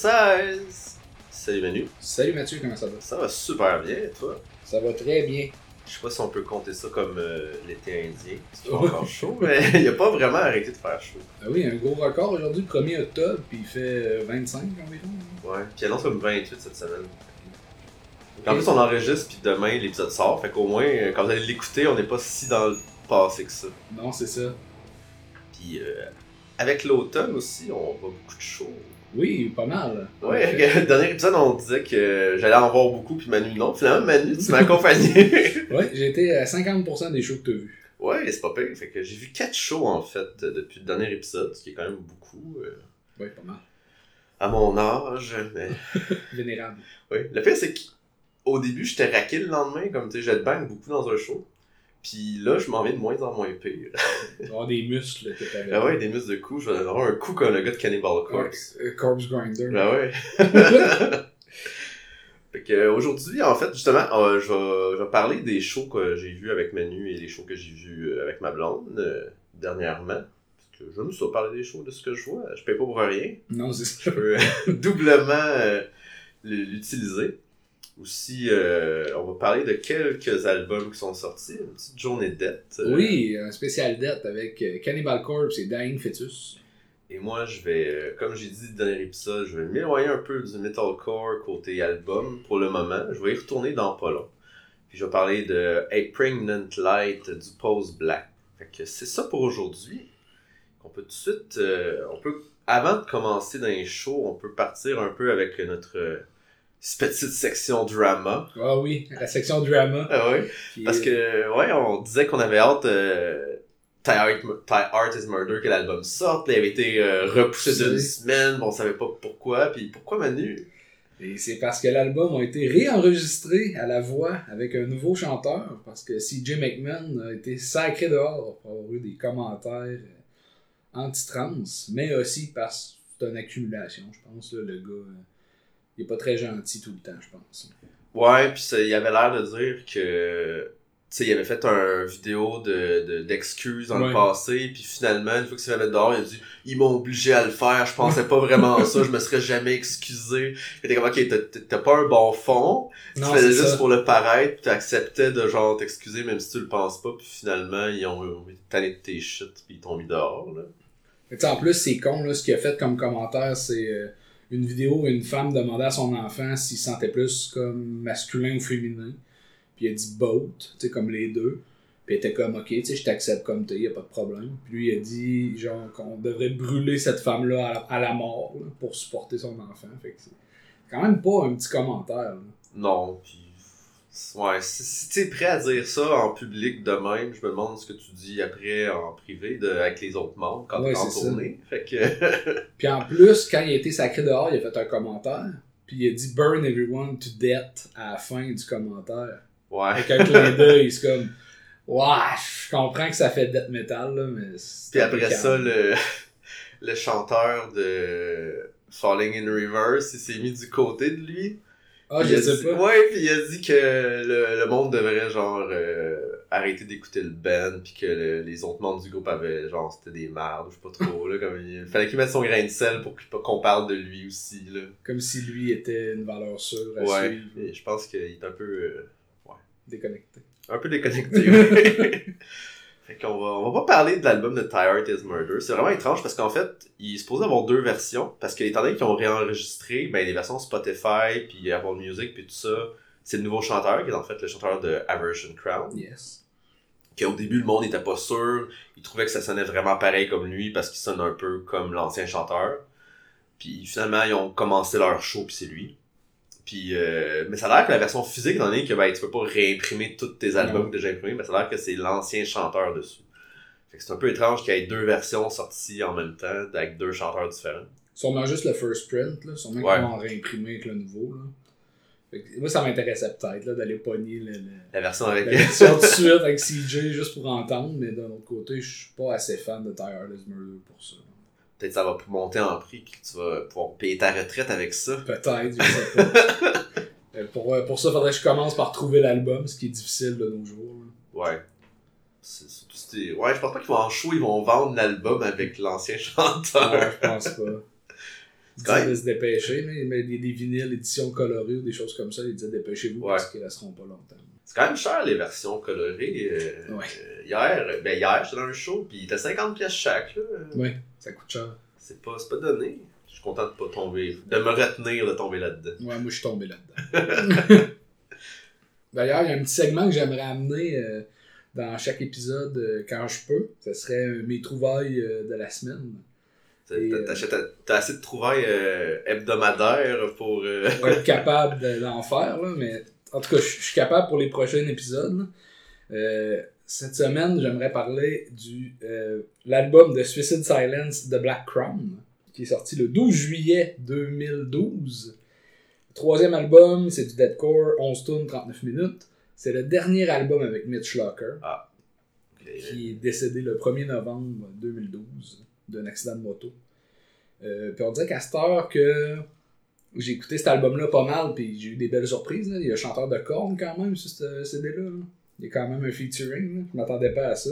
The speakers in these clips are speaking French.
16! Salut Manu. Salut Mathieu, comment ça va? Ça va super bien, toi? Ça va très bien. Je sais pas si on peut compter ça comme l'été indien. C'est pas encore chaud, mais il a pas vraiment arrêté de faire chaud. Ah oui, un gros record aujourd'hui, le 1er octobre, puis il fait 25 environ. Ouais, puis il annonce comme 28 cette semaine. En plus, on enregistre, puis demain l'épisode sort, fait qu'au moins, quand vous allez l'écouter, on n'est pas si dans le passé que ça. Non, c'est ça. Puis avec l'automne aussi, on voit beaucoup de shows. Oui, pas mal. Ouais, le dernier épisode, on disait que j'allais en voir beaucoup, puis Manu non. Finalement, Manu, tu m'as accompagné. Ouais, j'ai été à 50% des shows que tu as vus. Ouais, c'est pas pire. Fait que j'ai vu 4 shows, en fait, depuis le dernier épisode, ce qui est quand même beaucoup. Ouais, pas mal. À mon âge, mais... Vénérable. Oui. Le pire, c'est qu'au début, j'étais raqué le lendemain, comme tu sais, je bang beaucoup dans un show. Puis là, je m'en viens de moins en moins pire. Tu vas avoir des muscles que t'avais. Ah ouais, des muscles de coups. Je vais avoir un coup comme le gars de Cannibal Corpse. Corpse Grinder. Ah ouais. Fait que aujourd'hui, en fait, justement, je vais parler des shows que j'ai vus avec Manu et les shows que j'ai vus avec ma blonde dernièrement. Parce que j'aime ça, parler des shows, de ce que je vois. Je paye pas pour rien. Non, c'est ça. Je peux doublement l'utiliser. Aussi, on va parler de quelques albums qui sont sortis. Une petite journée de dette. Oui, un spécial dette avec Cannibal Corpse et Dying Fetus. Et moi, je vais, comme j'ai dit dans l'épisode, je vais m'éloigner un peu du metalcore côté album pour le moment. Je vais y retourner dans pas long. Puis je vais parler de A Pregnant Light du Pose Black. Fait que c'est ça pour aujourd'hui. On peut tout de suite, avant de commencer dans les shows, on peut partir un peu avec notre petite section drama. Ah oui, la section drama. Ah oui, parce que, ouais, on disait qu'on avait hâte... Ty Art is Murder, que l'album sorte, il avait été repoussé d'une semaine, on savait pas pourquoi, puis pourquoi Manu? Et c'est parce que l'album a été réenregistré à la voix avec un nouveau chanteur, parce que CJ McMahon a été sacré dehors pour avoir eu des commentaires anti-trans, mais aussi parce que c'est une accumulation, je pense, là, le gars, il est pas très gentil tout le temps, je pense. Ouais, puis il avait l'air de dire que... Tu sais, il avait fait un vidéo d'excuses dans le passé, puis finalement, une fois qu'il s'est fait mettre dehors, il a dit « Ils m'ont obligé à le faire, je pensais pas vraiment à ça, je me serais jamais excusé. » Et t'es comme « Ok, t'as pas un bon fond, tu faisais juste pour le paraître, puis t'acceptais de genre t'excuser même si tu le penses pas, puis finalement, ils ont tanné de tes shit, puis ils t'ont mis dehors. » là. En plus, c'est con, là, ce qu'il a fait comme commentaire, c'est une vidéo où une femme demandait à son enfant s'il se sentait plus comme masculin ou féminin. Puis il a dit both, tu sais, comme les deux. Puis il était comme, ok, tu sais, je t'accepte comme t'es, y a pas de problème. Puis lui, il a dit, genre, qu'on devrait brûler cette femme-là à la mort, là, pour supporter son enfant. Fait que c'est quand même pas un petit commentaire, là. Non, puis... Ouais, si t'es prêt à dire ça en public de même, je me demande ce que tu dis après en privé avec les autres membres quand t'es en tournée. Fait que... Puis en plus, quand il a été sacré dehors, il a fait un commentaire. Puis il a dit « Burn everyone to death » à la fin du commentaire. Ouais. Avec un clin d'œil, c'est comme... Ouais, je comprends que ça fait death metal, là, mais... Puis après ça, le chanteur de Falling in Reverse, il s'est mis du côté de lui. Ah, je sais pas. Ouais, puis il a dit que le monde devrait, genre, arrêter d'écouter le band, puis que les autres membres du groupe avaient, genre, c'était des merdes, je sais pas trop, là, comme il fallait qu'il mette son grain de sel pour qu'on parle de lui aussi, là. Comme si lui était une valeur sûre à suivre. Ouais, je pense qu'il est un peu... déconnecté. Un peu déconnecté, oui. Fait qu'on va pas parler de l'album de Ty Art is Murder. C'est vraiment étrange parce qu'en fait, il est supposé avoir deux versions. Parce que étant donné qu'ils ont réenregistré, ben les versions Spotify, puis Apple Music, puis tout ça, c'est le nouveau chanteur, qui est en fait le chanteur de Aversion Crown. Yes. Qu'au début, le monde était pas sûr. Il trouvait que ça sonnait vraiment pareil comme lui parce qu'il sonne un peu comme l'ancien chanteur. Puis finalement, ils ont commencé leur show, puis c'est lui. Puis, mais ça a l'air que la version physique, étant donné que ben, tu peux pas réimprimer tous tes albums déjà imprimés, ben, ça a l'air que c'est l'ancien chanteur dessus. Fait que c'est un peu étrange qu'il y ait deux versions sorties en même temps, avec deux chanteurs différents. Sûrement juste le first print, là. Sûrement qu'ils vont en réimprimer avec le nouveau, là. Fait que, moi, ça m'intéressait peut-être, là, d'aller pogner la version avec... La version tout de suite avec CJ juste pour entendre, mais d'un autre côté, je suis pas assez fan de Ty Art is Murder pour ça. Peut-être ça va monter en prix, que tu vas pouvoir payer ta retraite avec ça. Peut-être, je sais pas. Pour ça, faudrait que je commence par trouver l'album, ce qui est difficile de nos jours. Là. Ouais. Ouais, je pense pas qu'ils vont en show, ils vont vendre l'album avec l'ancien chanteur. Ouais, je pense pas. Il disait de se dépêcher, mais des vinyles, éditions colorées ou des choses comme ça, il disait dépêchez-vous parce qu'ils resteront pas longtemps. C'est quand même cher les versions colorées. Hier, j'étais dans un show, puis il était 50$ chaque. Là. Ouais, ça coûte cher. C'est pas donné. Je suis content de pas tomber, de me retenir de tomber là-dedans. Ouais, moi je suis tombé là-dedans. D'ailleurs, il y a un petit segment que j'aimerais amener dans chaque épisode quand je peux. Ce serait mes trouvailles de la semaine. T'as assez de trouvailles hebdomadaires pour être capable d'en faire, là, mais en tout cas, je suis capable pour les prochains épisodes. Cette semaine, j'aimerais parler de l'album de Suicide Silence de Black Crown, qui est sorti le 12 juillet 2012. Le troisième album, c'est du deathcore, 11 tunes, 39 minutes. C'est le dernier album avec Mitch Locker, qui est décédé le 1er novembre 2012 d'un accident de moto. Puis on dirait qu'à cette heure que j'ai écouté cet album-là pas mal, puis j'ai eu des belles surprises. Là. Il y a un chanteur de cornes quand même sur ce CD-là. Là. Il y a quand même un featuring. Là. Je m'attendais pas à ça.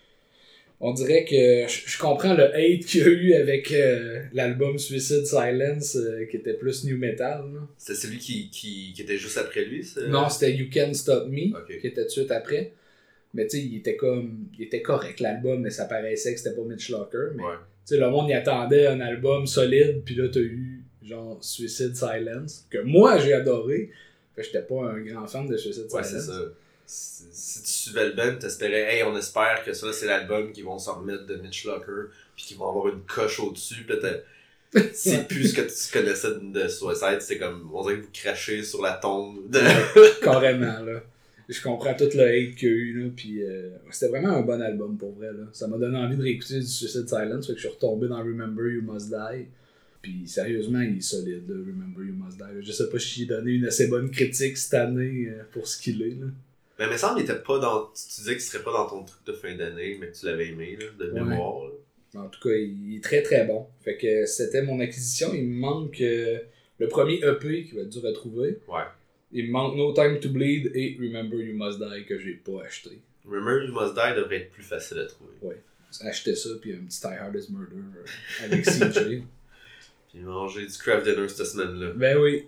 On dirait que je comprends le hate qu'il y a eu avec l'album Suicide Silence, qui était plus new metal. C'était celui qui était juste après lui? Non, c'était You Can't Stop Me, qui était tout de suite après. Mais tu sais, il était correct l'album, mais ça paraissait que c'était pas Mitch Locker. Mais tu sais, le monde y attendait un album solide, puis là t'as eu genre Suicide Silence, que moi j'ai adoré. Fait que j'étais pas un grand fan de Suicide Silence. C'est ça. Si tu suivais le band, t'espérais, hey, on espère que ça c'est l'album qu'ils vont s'en remettre de Mitch Locker, puis qu'ils vont avoir une coche au-dessus, pis là c'est plus ce que tu connaissais de Suicide, c'est comme, on dirait que vous crachez sur la tombe. Carrément, là. Je comprends tout le hate qu'il y a eu, là, pis c'était vraiment un bon album pour vrai, là. Ça m'a donné envie de réécouter du Suicide Silence, fait que je suis retombé dans Remember You Must Die. Puis sérieusement, il est solide, là, Remember You Must Die. Je sais pas si j'ai donné une assez bonne critique cette année pour ce qu'il est, là. Mais il me semble qu'il était pas dans. Tu disais qu'il serait pas dans ton truc de fin d'année, mais que tu l'avais aimé, là, de mémoire. Là. En tout cas, il est très très bon. Fait que c'était mon acquisition. Il me manque le premier EP qui va être dur à trouver. Ouais. Il me manque No Time to Bleed et Remember You Must Die que j'ai pas acheté. Remember You Must Die devrait être plus facile à trouver. Ouais. Acheter ça, puis un petit Die Hardest Murder avec CJ. Puis manger du craft dinner cette semaine-là. Ben oui.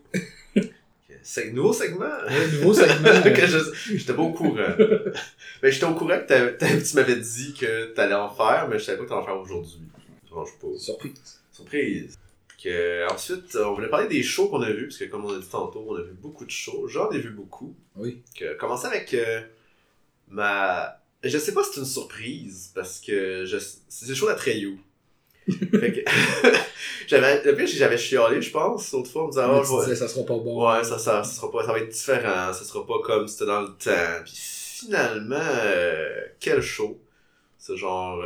C'est nouveau segment? Oui, nouveau segment. que j'étais pas au courant. Mais j'étais au courant que tu m'avais dit que t'allais en faire, mais je savais pas que t'allais en faire aujourd'hui. Franchement, pas. Surprise. Ensuite, on voulait parler des shows qu'on a vus, parce que comme on a dit tantôt, on a vu beaucoup de shows. J'en ai vu beaucoup. Oui. Commencer avec je sais pas si c'est une surprise, parce que c'est le show d'Atreyu. Fait que j'avais chialé, je pense, l'autre fois, en me disant, ça sera pas bon. Ouais, ça sera pas, ça va être différent, ça sera pas comme c'était dans le temps. Puis finalement, quel show. C'est genre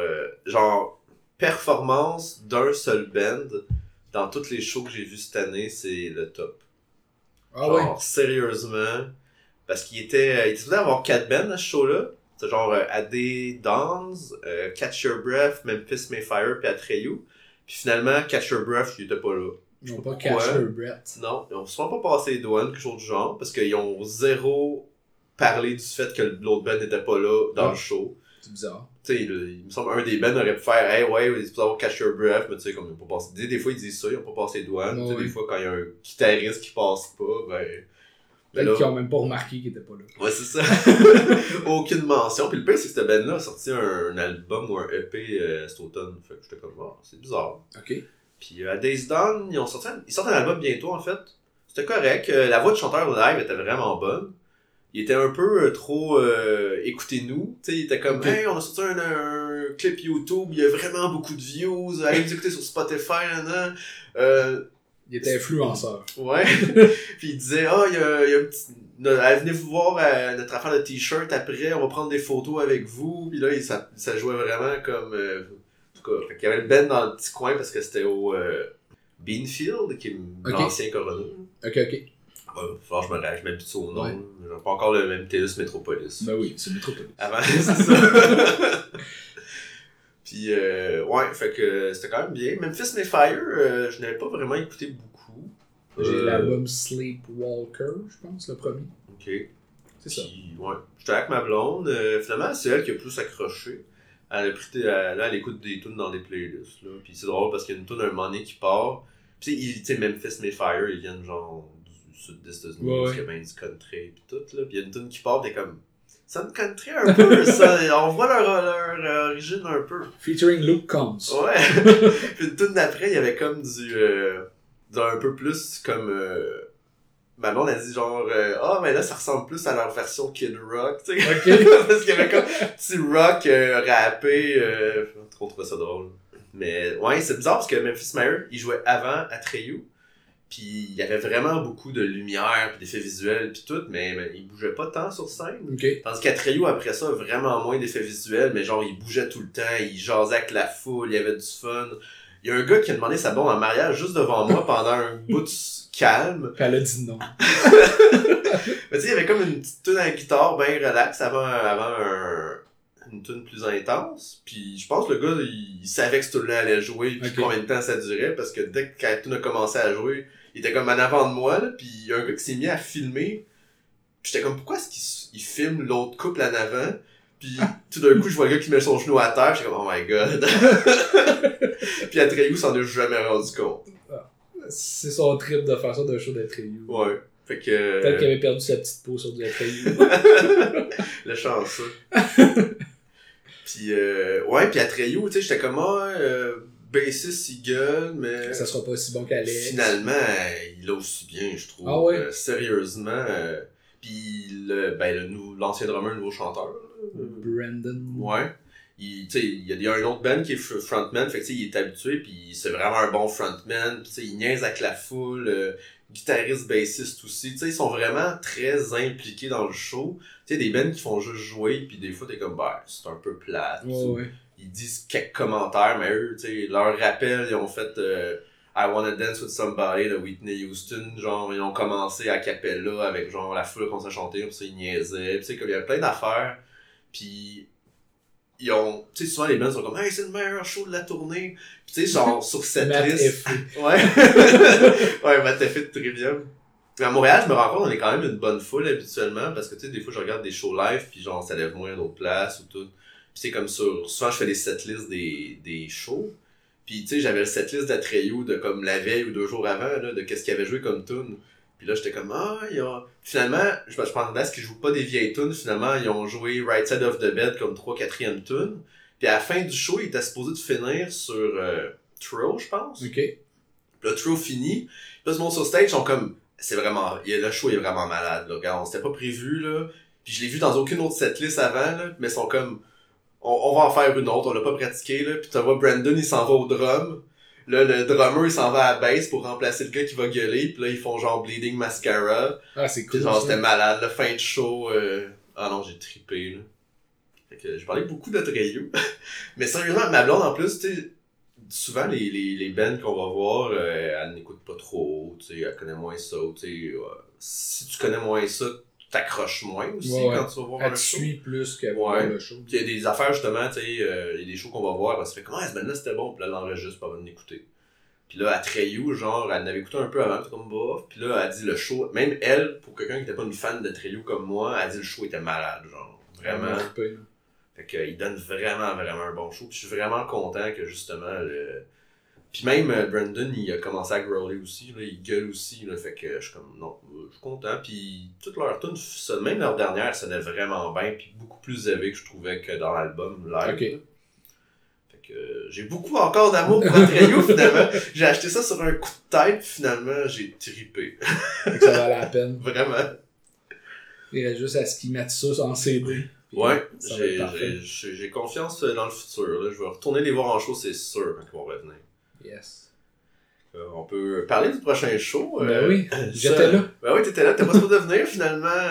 performance d'un seul band dans tous les shows que j'ai vus cette année, c'est le top. Ah ouais? Sérieusement, parce il était supposé avoir 4 bands à ce show-là. C'est genre AD Dawns, Catch Your Breath, Memphis Mayfire, puis Atreyu. Puis finalement, Catch Your Breath, il était pas là. Ils n'ont pas Catch Your Breath. Non, ils ont souvent pas passé les douanes, quelque chose du genre, parce qu'ils ont zéro parlé du fait que l'autre band n'était pas là dans le show. C'est bizarre. Tu sais, il me semble un des bands aurait pu faire, hey, ouais, ils peuvent avoir Catch Your Breath, mais tu sais, comme ils n'ont pas passé. Des fois, ils disent ça, ils n'ont pas passé les douanes. Tu sais, des fois, quand il y a un guitariste qui passe pas, ben. Peut-être qu'ils ont même pas remarqué qu'il était pas là. Ouais, c'est ça. Aucune mention. Puis le pire, c'est que cette band-là a sorti un album ou un EP cet automne. Fait que j'étais comme, oh, c'est bizarre. Ok. Puis à Days Done, ils sortent un album bientôt, en fait. C'était correct. La voix du chanteur live était vraiment bonne. Il était un peu trop écoutez-nous. Tu sais, il était comme, hey, on a sorti un clip YouTube, il y a vraiment beaucoup de views. Allez nous écouter sur Spotify, il était influenceur. Ouais. Puis il disait, il y a un petit. Venez vous voir notre affaire de t-shirt après, on va prendre des photos avec vous. Puis là, ça jouait vraiment comme. En tout cas, il y avait le band dans le petit coin parce que c'était au Beanfield, qui est l'ancien Corona. Ok. Franchement, je m'habitue au nom. J'ai pas encore le même TELUS Metropolis. Ben oui, c'est Metropolis. Avant, c'est ça. Puis, fait que c'était quand même bien. Memphis Mayfire, je n'avais pas vraiment écouté beaucoup. J'ai l'album Sleepwalker, je pense, le premier. Ok. C'est ça. Ouais. J'étais avec ma blonde. Finalement, c'est elle qui a plus accroché. Elle a pris, là, elle écoute des tunes dans des playlists. Là. Puis c'est drôle parce qu'il y a une tune à un moment donné qui part. Puis Pis tu sais, Memphis Mayfire, ils viennent genre du sud des États-Unis, parce qu'il y a bien du country pis tout, là. Pis il y a une tune qui part, t'es comme... Ça me country un peu, ça. On voit leur origine un peu. Featuring Luke Combs. Ouais. Puis une tune d'après, il y avait comme du un peu plus comme... Maman a dit genre mais là ça ressemble plus à leur version Kid Rock, tu sais. Okay. Parce qu'il y avait comme petit rock rappé, trop trouvé ça drôle. Mais ouais, c'est bizarre parce que Memphis Mayfield, il jouait avant Atreyu, puis il y avait vraiment beaucoup de lumière, puis d'effets visuels, puis tout, mais il bougeait pas tant sur scène. Okay. Tandis qu'Atreyu, après ça, vraiment moins d'effets visuels, mais genre il bougeait tout le temps, il jasait avec la foule, il y avait du fun. Il y a un gars qui a demandé sa blonde en mariage juste devant moi pendant un bout calme. Puis elle a dit non. Mais tu sais, il y avait comme une petite tune à la guitare bien relax avant une tune plus intense. Puis je pense que le gars, il savait que ce tune-là allait jouer, puis combien de temps ça durait, parce que dès que la tune a commencé à jouer, il était comme en avant de moi, là, puis il y a un gars qui s'est mis à filmer. Puis j'étais comme, pourquoi est-ce qu'il filme l'autre couple en avant? Puis tout d'un coup, je vois le gars qui met son genou à terre, j'étais comme, oh my god. Puis Atreyu s'en est jamais rendu compte. C'est son trip de faire ça d'un show d'Atreyu. Ouais. Fait que... Peut-être qu'il avait perdu sa petite peau sur du Atreyu. Le chanceux. Puis ouais, puis Atreyu, tu sais, j'étais comme, bassiste, il gueule, mais... Ça sera pas aussi bon qu'Alex. Finalement, il l'a aussi bien, je trouve. Ah ouais? Sérieusement. Puis l'ancien drummer, le nouveau chanteur. Brandon. Ouais. Il y a un autre band qui est frontman, fait que il est habitué, puis c'est vraiment un bon frontman, puis il niaise avec la foule, guitariste, bassiste aussi, ils sont vraiment très impliqués dans le show. Tu sais, des bands qui font juste jouer, puis des fois t'es comme, c'est un peu plate. Ouais. Ils disent quelques commentaires, mais eux, tu sais, leur rappel, ils ont fait I Wanna Dance With Somebody de Whitney Houston, genre, ils ont commencé à cappella avec genre la foule qu'on s'est chanté, puis ça, ils niaisaient, puis tu sais, comme il y avait plein d'affaires, puis ils ont, tu sais, souvent les bands sont comme, hey, c'est le meilleur show de la tournée. Puis tu sais, genre, sur cette liste. Ouais. Ouais, Matt Effet de Trivium. À Montréal, je me rends compte, on est quand même une bonne foule habituellement, parce que tu sais, des fois, je regarde des shows live, puis genre, ça lève moins d'autres places ou tout. Puis c'est comme ça, souvent, je fais des setlists des shows. Puis tu sais, j'avais le setlist d'Atreyu de comme la veille ou 2 jours avant, là, de qu'est-ce qu'il avait joué comme tune. Puis là, j'étais comme, finalement, je pensais à ce qu'ils jouent pas des vieilles tunes. Finalement, ils ont joué Right Side of the Bed comme 3/4e tune. Puis à la fin du show, ils étaient supposés de finir sur Throw, je pense. OK. Puis là, Throw fini. Puis là, ce monde sur stage sont comme, le show est vraiment malade, là. Regarde, on s'était pas prévu, là. Puis je l'ai vu dans aucune autre setlist avant, là. Mais ils sont comme, on va en faire une autre, on l'a pas pratiqué, là. Puis tu vois, Brandon, il s'en va au drum. Là, le drummer, il s'en va à la bass pour remplacer le gars qui va gueuler. Puis là, ils font genre Bleeding Mascara. Ah, c'est cool. Puis genre, c'était malade. La fin de show... Ah non, j'ai trippé, là. Fait que j'ai parlé beaucoup d'Atreyu. Mais sérieusement, ma blonde, en plus, tu sais, souvent, les bands qu'on va voir, elle n'écoute pas trop, tu sais, elle connaît moins ça. Tu sais, si tu connais moins ça, t'accroches moins aussi quand tu vas voir le show. Elle suit plus qu'elle voir le show. Puis il y a des affaires, justement, tu sais, il y a des shows qu'on va voir, elle se fait comme, ce band-là c'était bon, puis là, elle l'enregistre, puis elle va l'écouter. Puis là, Atreyu, genre, elle l'avait écouté un peu avant, comme bof, puis là, elle dit le show, même elle, pour quelqu'un qui était pas une fan d'Atreyu comme moi, elle dit le show était malade, genre, vraiment. Fait qu'il donne vraiment un bon show, puis je suis vraiment content que, justement, Puis même Brandon, il a commencé à growler aussi, là, il gueule aussi, là, fait que je suis comme, non, je suis content. Puis toutes leurs tunes, même leur dernière, sonnait vraiment bien, puis beaucoup plus élevé que je trouvais que dans l'album live. Okay. Fait que j'ai beaucoup encore d'amour pour Atreyu, finalement. J'ai acheté ça sur un coup de tête, puis finalement, j'ai trippé. Fait que ça valait la peine. Vraiment. Il reste juste à ce qu'ils mettent ça en CD. Ouais, j'ai confiance dans le futur. Là. Je vais retourner les voir en show, c'est sûr, quand ils vont revenir. Yes. On peut parler du prochain show. Ben oui, j'étais là. Ben oui, t'étais là, t'es pas supposé venir finalement.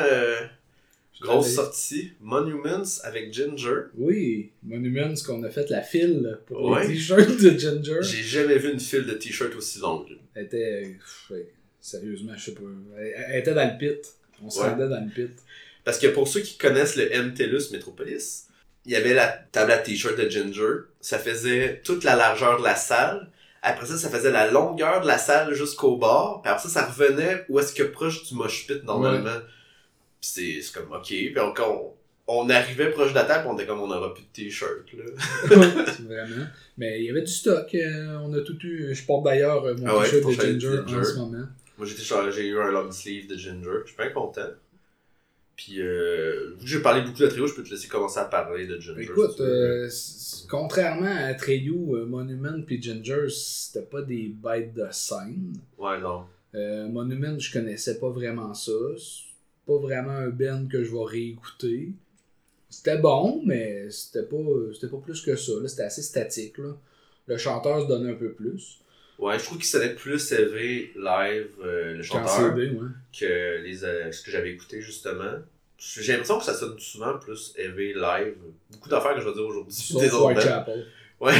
Grosse sortie. Monuments avec Ginger. Oui, Monuments qu'on a fait la file pour les t-shirts de Ginger. J'ai jamais vu une file de t-shirts aussi longue. Elle était, sérieusement, je sais pas, elle était dans le pit. On se rendait dans le pit. Parce que pour ceux qui connaissent le MTLUS Metropolis, il y avait la table à t-shirt de Ginger. Ça faisait toute la largeur de la salle. Après ça faisait la longueur de la salle jusqu'au bord. Puis après ça revenait où est-ce que proche du mosh pit normalement. Ouais. Puis c'est comme OK. Puis on arrivait proche de la table, on était comme on n'aura plus de t-shirt, là. Vraiment. Mais il y avait du stock. On a tout eu. Je porte d'ailleurs mon t-shirt de Ginger en ce moment. Moi, j'ai eu un long sleeve de Ginger. Je suis bien content. Puis, vu que j'ai parlé beaucoup de Atreyu, je peux te laisser commencer à parler de Ginger. Écoute, contrairement à Atreyu, Monument puis Ginger, c'était pas des bêtes de scène. Ouais, non. Monument, je connaissais pas vraiment ça. C'est pas vraiment un band que je vais réécouter. C'était bon, mais c'était pas plus que ça. Là, c'était assez statique. Là. Le chanteur se donnait un peu plus. Ouais, je trouve qu'il sonnait plus élevé live, le chanteur, CB, ouais. que ce que j'avais écouté justement. J'ai l'impression que ça sonne souvent plus élevé live. Beaucoup d'affaires que je vais dire aujourd'hui. Sauf Whitechapel. Ouais.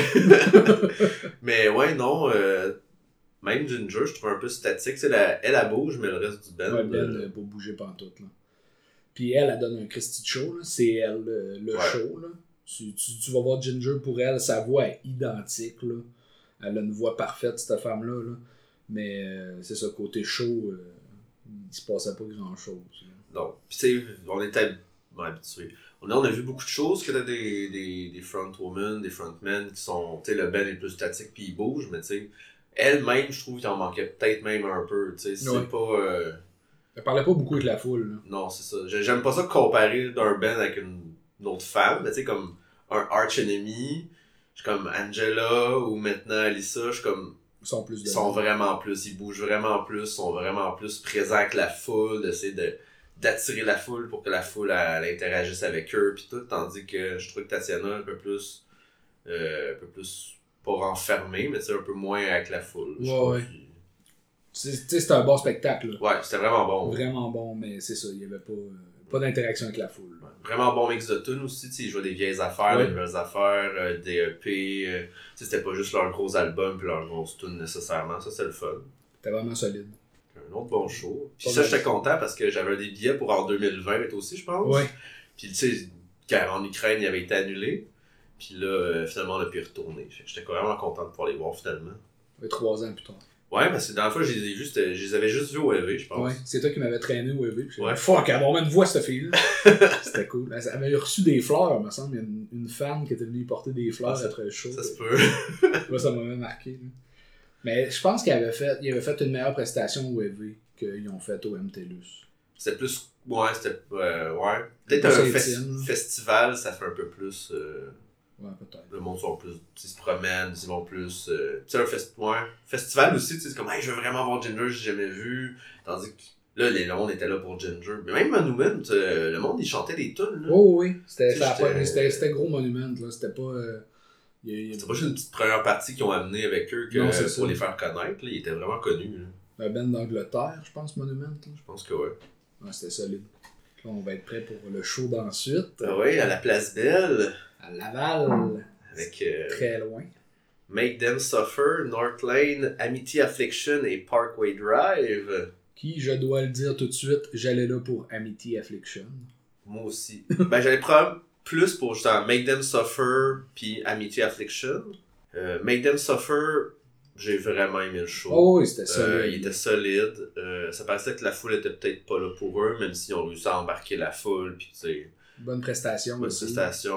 Mais ouais, non. Même Ginger, je trouve un peu statique. Elle bouge, mais le reste du band. Ouais, Ben pas bouger pantoute. Là. Puis elle donne un Christy de show. Là. C'est elle, le show. Là. Tu vas voir Ginger pour elle, sa voix est identique. Là. Elle a une voix parfaite, cette femme-là. Là. Mais c'est ça, côté show, il se passait pas grand-chose. Là. Non. Puis tu sais, on était habitués. On a vu beaucoup de choses, que t'as des frontwomen, des frontmen qui sont, tu sais, le band est plus statique puis ils bougent, mais tu sais, elle-même, je trouve qu'il en manquait peut-être même un peu, tu sais, c'est pas... Elle parlait pas beaucoup avec la foule. Là. Non, c'est ça. J'aime pas ça comparer d'un band avec une autre femme, mais tu sais, comme un Arch Enemy, je suis comme Angela ou maintenant Alyssa, je suis comme... Ils sont vraiment plus, ils bougent vraiment plus, sont vraiment plus présents avec la foule, d'essayer d'attirer la foule pour que la foule elle interagisse avec eux pis tout, tandis que je trouve que Tatiana un peu plus pas renfermée, mais c'est un peu moins avec la foule. Ouais. C'était un bon spectacle. Là. Ouais, c'était vraiment bon. Vraiment bon, mais c'est ça, il y avait pas d'interaction avec la foule. Ouais. Vraiment bon mix de tunes aussi, tu sais, ils jouaient des vieilles affaires, des nouvelles affaires, des EP, c'était pas juste leur gros album puis leur grosse tune nécessairement, ça c'est le fun. C'était vraiment solide. Un autre bon show. Puis ça, j'étais content parce que j'avais des billets pour en 2020 aussi, je pense. Ouais. Puis tu sais, car en Ukraine, il avait été annulé. Puis là, finalement, on a pu y retourner. Fait que j'étais vraiment content de pouvoir les voir finalement. 3 ans plus tard. Ouais, parce que dans la fois, je les avais juste vus au EV, je pense. Ouais, c'est toi qui m'avais traîné au EV. Ouais. Fuck, elle m'a une voix, cette fille-là. C'était cool. Elle avait reçu des fleurs, il me semble. Il y a une fan qui était venue porter des fleurs après le show. Ça se peut. Moi, ça m'avait marqué. Là. Mais je pense qu'il avait fait une meilleure prestation au EV qu'ils ont fait au MTLUS. C'était plus. Ouais, c'était. Ouais. Peut-être un festival, ça fait un peu plus. Ouais, peut-être. Le monde sont plus. Ils se promènent, ils vont plus. Tu sais, festival aussi, tu sais, c'est comme, hey, je veux vraiment voir Ginger, j'ai jamais vu. Tandis que là, le monde était là pour Ginger. Mais même Monument, le monde, il chantait des tunes. Oh oui, c'était gros Monument, là. C'était pas. C'était pas juste une petite première partie qu'ils ont amené avec eux pour les faire connaître. Là. Ils étaient vraiment connus. Un band d'Angleterre, je pense, Monument. Là. Je pense que ouais. Ouais, c'était solide. Là, on va être prêt pour le show d'ensuite. Ah oui, à la Place Belle. À Laval. Avec très loin. Make Them Suffer, North Lane, Amity Affliction et Parkway Drive. Qui, je dois le dire tout de suite, j'allais là pour Amity Affliction. Moi aussi. Ben, j'allais prendre plus pour justement Make Them Suffer puis Amity Affliction. Make Them Suffer, j'ai vraiment aimé le show. Oh oui, c'était solide. Il était solide. Ça paraissait que la foule était peut-être pas là pour eux, même s'ils ont réussi à embarquer la foule. Puis, tu sais, bonne prestation aussi.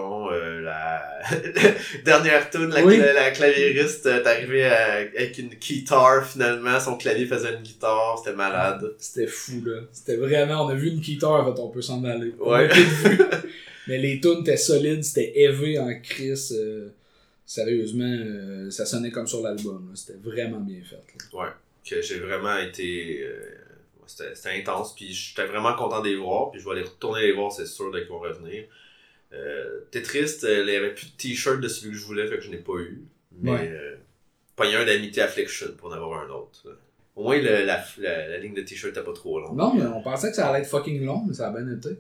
La dernière tune, la claviériste est arrivée avec une guitare finalement. Son clavier faisait une guitare, c'était malade. C'était fou là. C'était vraiment, on a vu une guitare, en fait, on peut s'en aller. Ouais. Mais les tunes étaient solides, c'était élevé en crise. Sérieusement, ça sonnait comme sur l'album. Là. C'était vraiment bien fait. Là. Ouais, que j'ai vraiment été... C'était intense, puis j'étais vraiment content de les voir, puis je vais aller retourner les voir, c'est sûr, dès qu'ils vont revenir. T'es triste, il n'y avait plus de t-shirt de celui que je voulais, fait que je n'ai pas eu. Mais pas un d'Amity Affliction pour en avoir un autre. Au moins, la ligne de t-shirt n'était pas trop longue. Non, mais on pensait que ça allait être fucking long, mais ça a bien été.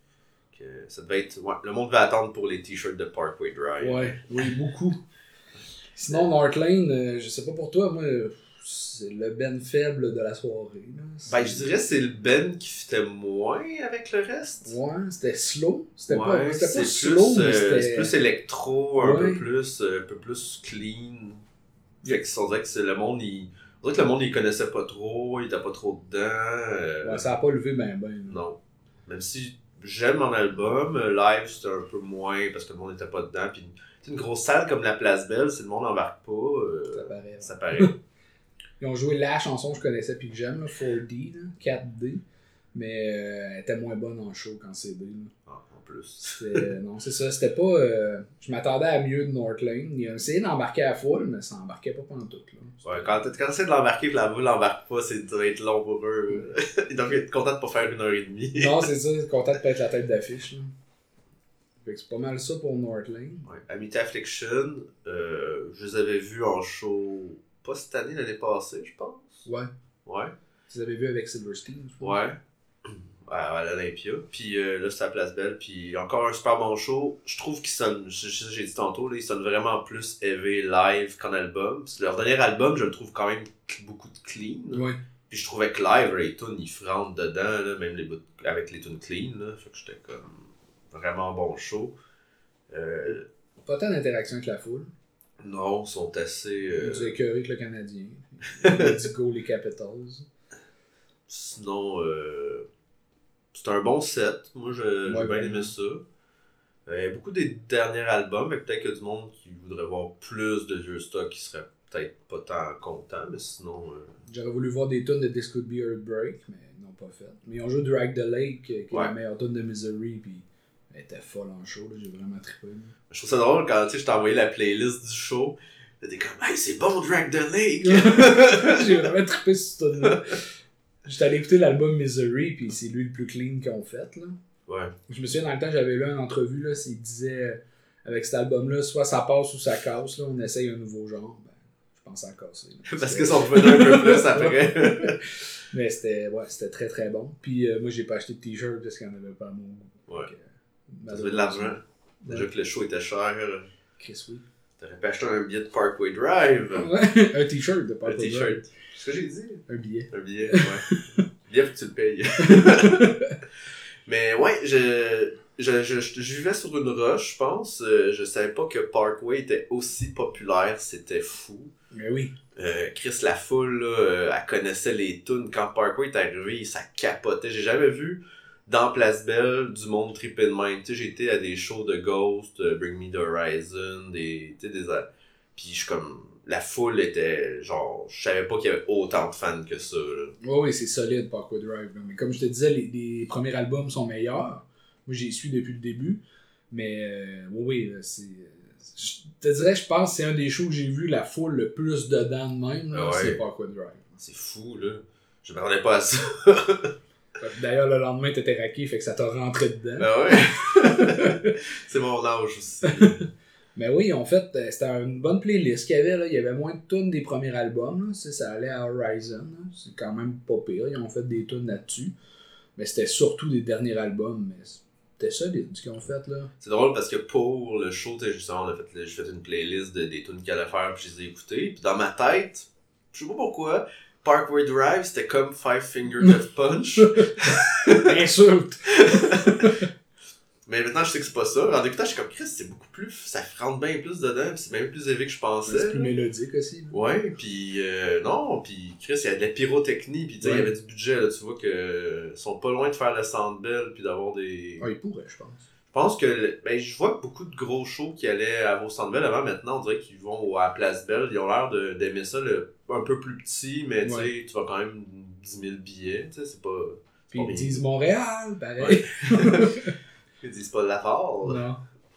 Ça devait être... Ouais, le monde va attendre pour les t-shirts de Parkway Drive. Ouais, oui, beaucoup. Sinon, North Lane, je sais pas pour toi, moi... C'est le ben faible de la soirée. Là. Ben, je dirais que c'est le ben qui fitait moins avec le reste. Ouais, c'était slow. C'était pas slow, mais c'était... C'est plus électro, un peu plus clean. Fait que on dirait que le monde, on dirait que le monde, il connaissait pas trop, il était pas trop dedans. Ouais, ça a pas levé ben. Non. Même si j'aime mon album. Live, c'était un peu moins parce que le monde n'était pas dedans. Puis une grosse salle comme la Place Belle, si le monde n'embarque pas, ça paraît. Ils ont joué la chanson que je connaissais puis que j'aime, là, 4D, là, 4D. Mais elle était moins bonne en show qu'en CD. Là. En plus. Non, c'est ça. C'était pas. Je m'attendais à mieux de Northlane. Ils ont essayé d'embarquer à la foule, mais ça embarquait pas pendant tout. Là. Ouais, quand t'essaies de l'embarquer et la foule n'embarque pas, ça va être long pour eux. Ils doivent être contents de pas faire 1h30. Non, c'est ça. Content de pas être la tête d'affiche. Là. Fait que c'est pas mal ça pour Northlane. Ouais. Amity Affliction, je les avais vus en show, pas cette année, l'année passée, je pense. Ouais. Ouais. Tu les avais vus avec Silverstein, je pense. Ouais. À l'Olympia. Puis là, c'est à Place Belle. Puis encore un super bon show. Je trouve qu'ils sonnent, j'ai dit tantôt, là, ils sonnent vraiment plus heavy live qu'en album. Parce que leur dernier album, je le trouve quand même beaucoup de clean. Ouais. Puis je trouvais que live, les tunes, ils rentrent dedans, là, même les bouts avec les tunes clean. Là. Fait que j'étais comme vraiment bon show. Pas tant d'interaction avec la foule. Non, ils sont assez. Ils ont écœuré avec le Canadien. Ils dit go les Capitals. Sinon, c'est un bon set. Moi, j'ai bien aimé ça. Il y a beaucoup des derniers albums, mais peut-être qu'il y a du monde qui voudrait voir plus de vieux stock qui serait peut-être pas tant content, mais sinon. J'aurais voulu voir des tunes de This Could Be Heartbreak, mais ils n'ont pas fait. Mais ils ont joué Drag the Lake, qui est la meilleure tune de Misery, puis elle était folle en show, là, j'ai vraiment trippé. Je trouve ça drôle quand je t'ai envoyé la playlist du show. T'es comme, hey, c'est bon Drag the Lake! J'ai vraiment trippé sur cette tune-là. J'étais allé écouter l'album Misery, puis c'est lui le plus clean qu'ils ont fait. Là. Ouais. Je me souviens, dans le temps, j'avais lu une entrevue, là, il disait, avec cet album-là, soit ça passe ou ça casse, là, on essaye un nouveau genre. Ben, je pense à casser. Là, parce que ça en revenait un peu plus après. Mais c'était très très bon. Puis moi, j'ai pas acheté de t-shirt parce qu'il n'y en avait pas à mon goût. Ouais. Ça avait de l'argent. Déjà que le show était cher. Chris, oui. T'aurais pu acheter un billet de Parkway Drive. Ouais, un t-shirt de Parkway Drive. Un t-shirt. C'est ce que j'ai dit. Un billet. Un billet, ouais. Billet, faut que tu le payes. Mais ouais, je vivais sur une roche, je pense. Je savais pas que Parkway était aussi populaire. C'était fou. Mais oui. Chris, la foule, là, elle connaissait les tunes. Quand Parkway est arrivé, ça capotait. J'ai jamais vu dans Place Belle du monde triper de même. Tu sais, j'ai été à des shows de Ghost, Bring Me the Horizon, puis je suis comme, la foule était genre, je savais pas qu'il y avait autant de fans que ça. Oui, c'est solide Parkway Drive. Là. Mais comme je te disais, les premiers albums sont meilleurs. Moi, j'y suis depuis le début. Mais oui, là, c'est... Je te dirais, je pense que c'est un des shows que j'ai vu la foule le plus dedans de même. Là, c'est Parkway Drive. C'est fou, là. Je m'attendais pas à ça. D'ailleurs, le lendemain, t'étais raqué, fait que ça t'a rentré dedans. Ah ouais. C'est mon âge aussi. Mais oui, en fait, c'était une bonne playlist qu'il y avait. Là. Il y avait moins de tunes des premiers albums. Là. Ça allait à Horizon. Là. C'est quand même pas pire. Ils ont fait des tunes là-dessus. Mais c'était surtout des derniers albums. Mais c'était solide ce qu'ils ont fait. Là. C'est drôle parce que pour le show, justement, j'ai fait une playlist des tunes qu'il allait faire puis je les ai écoutées. Puis dans ma tête, je sais pas pourquoi, Parkway Drive, c'était comme Five Finger Death Punch. Insulte! Mais maintenant, je sais que c'est pas ça. En écoutant, je suis comme, Chris, c'est beaucoup plus... Ça rentre bien plus dedans, pis c'est même plus élevé que je pensais. C'est plus mélodique aussi. Là. Ouais, pis non, pis Chris, il y a de la pyrotechnie, pis tu sais, il y avait du budget, là, tu vois que ils sont pas loin de faire le Sandbell, pis d'avoir des... Ah, ils pourraient, je pense. Je pense que, je vois que beaucoup de gros shows qui allaient à vos Sandbell avant, maintenant, on dirait qu'ils vont à Place Belle, ils ont l'air d'aimer ça, un peu plus petit, mais tu sais, tu vas quand même 10 000 billets, tu sais, c'est pas... Puis ils disent Montréal, pareil. Ouais. Ils disent pas de la part. Non.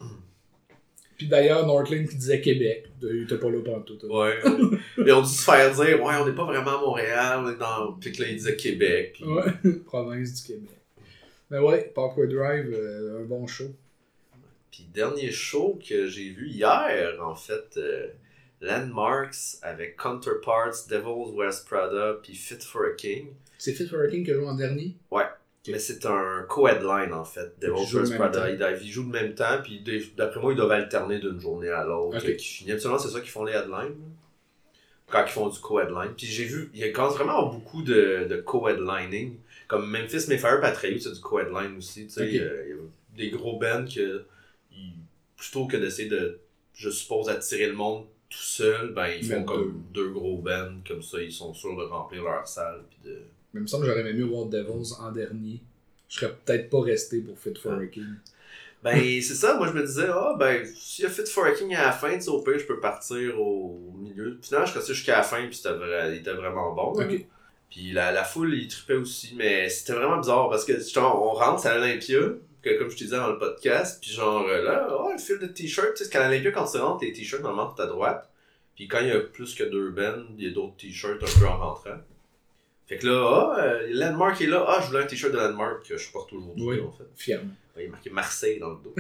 Puis d'ailleurs, Northlane qui disait Québec. Il était pas là pantoute. Ouais. Ils ont dû se faire dire, ouais, on n'est pas vraiment à Montréal, on est dans. Puis que là, ils disaient Québec. Puis... Ouais, province du Québec. Mais ouais, Parkway Drive, un bon show. Puis dernier show que j'ai vu hier, en fait, Landmarks avec Counterparts, Devil's West Prada, puis Fit for a King. C'est Fit for a King qui a joué en dernier? Ouais. Okay. Mais c'est un co-headline, en fait. Devil's West Prada. Ils jouent le même temps, puis d'après moi, ils doivent alterner d'une journée à l'autre. Okay. Qui finit. Absolument, c'est ça qu'ils font les headlines. Quand ils font du co-headline. Puis j'ai vu, il y a quand même vraiment beaucoup de co-headlining. Comme Memphis Mayfair Patriot, c'est du co-headline aussi. Tu sais, okay. Il y a des gros bands que, plutôt que d'essayer de, je suppose, attirer le monde tout seul, ben ils font comme deux gros bands. Comme ça, ils sont sûrs de remplir leur salle. Puis de... Mais il me semble que j'aurais aimé mieux voir Devils en dernier je serais peut-être pas resté pour Fit for a King. Ben, c'est ça, moi je me disais, s'il y a Fit for a King à la fin, tu sais, au pire, je peux partir au milieu. Finalement, je suis resté jusqu'à la fin, puis il était vraiment bon. Okay. Puis la foule, il trippait aussi, mais c'était vraiment bizarre parce que genre, on rentre à l'Olympia, comme je te disais dans le podcast, puis genre là, le fil de t-shirt, tu sais, qu'à l'Olympia, quand tu rentres, tes t-shirts, normalement, tout à droite. Puis quand il y a plus que 2 bands, il y a d'autres t-shirts un peu en rentrant. Fait que là, Landmark est là. Je voulais un t-shirt de Landmark que je porte aujourd'hui, oui, en fait. Fièrement. Il est marqué Marseille dans le dos.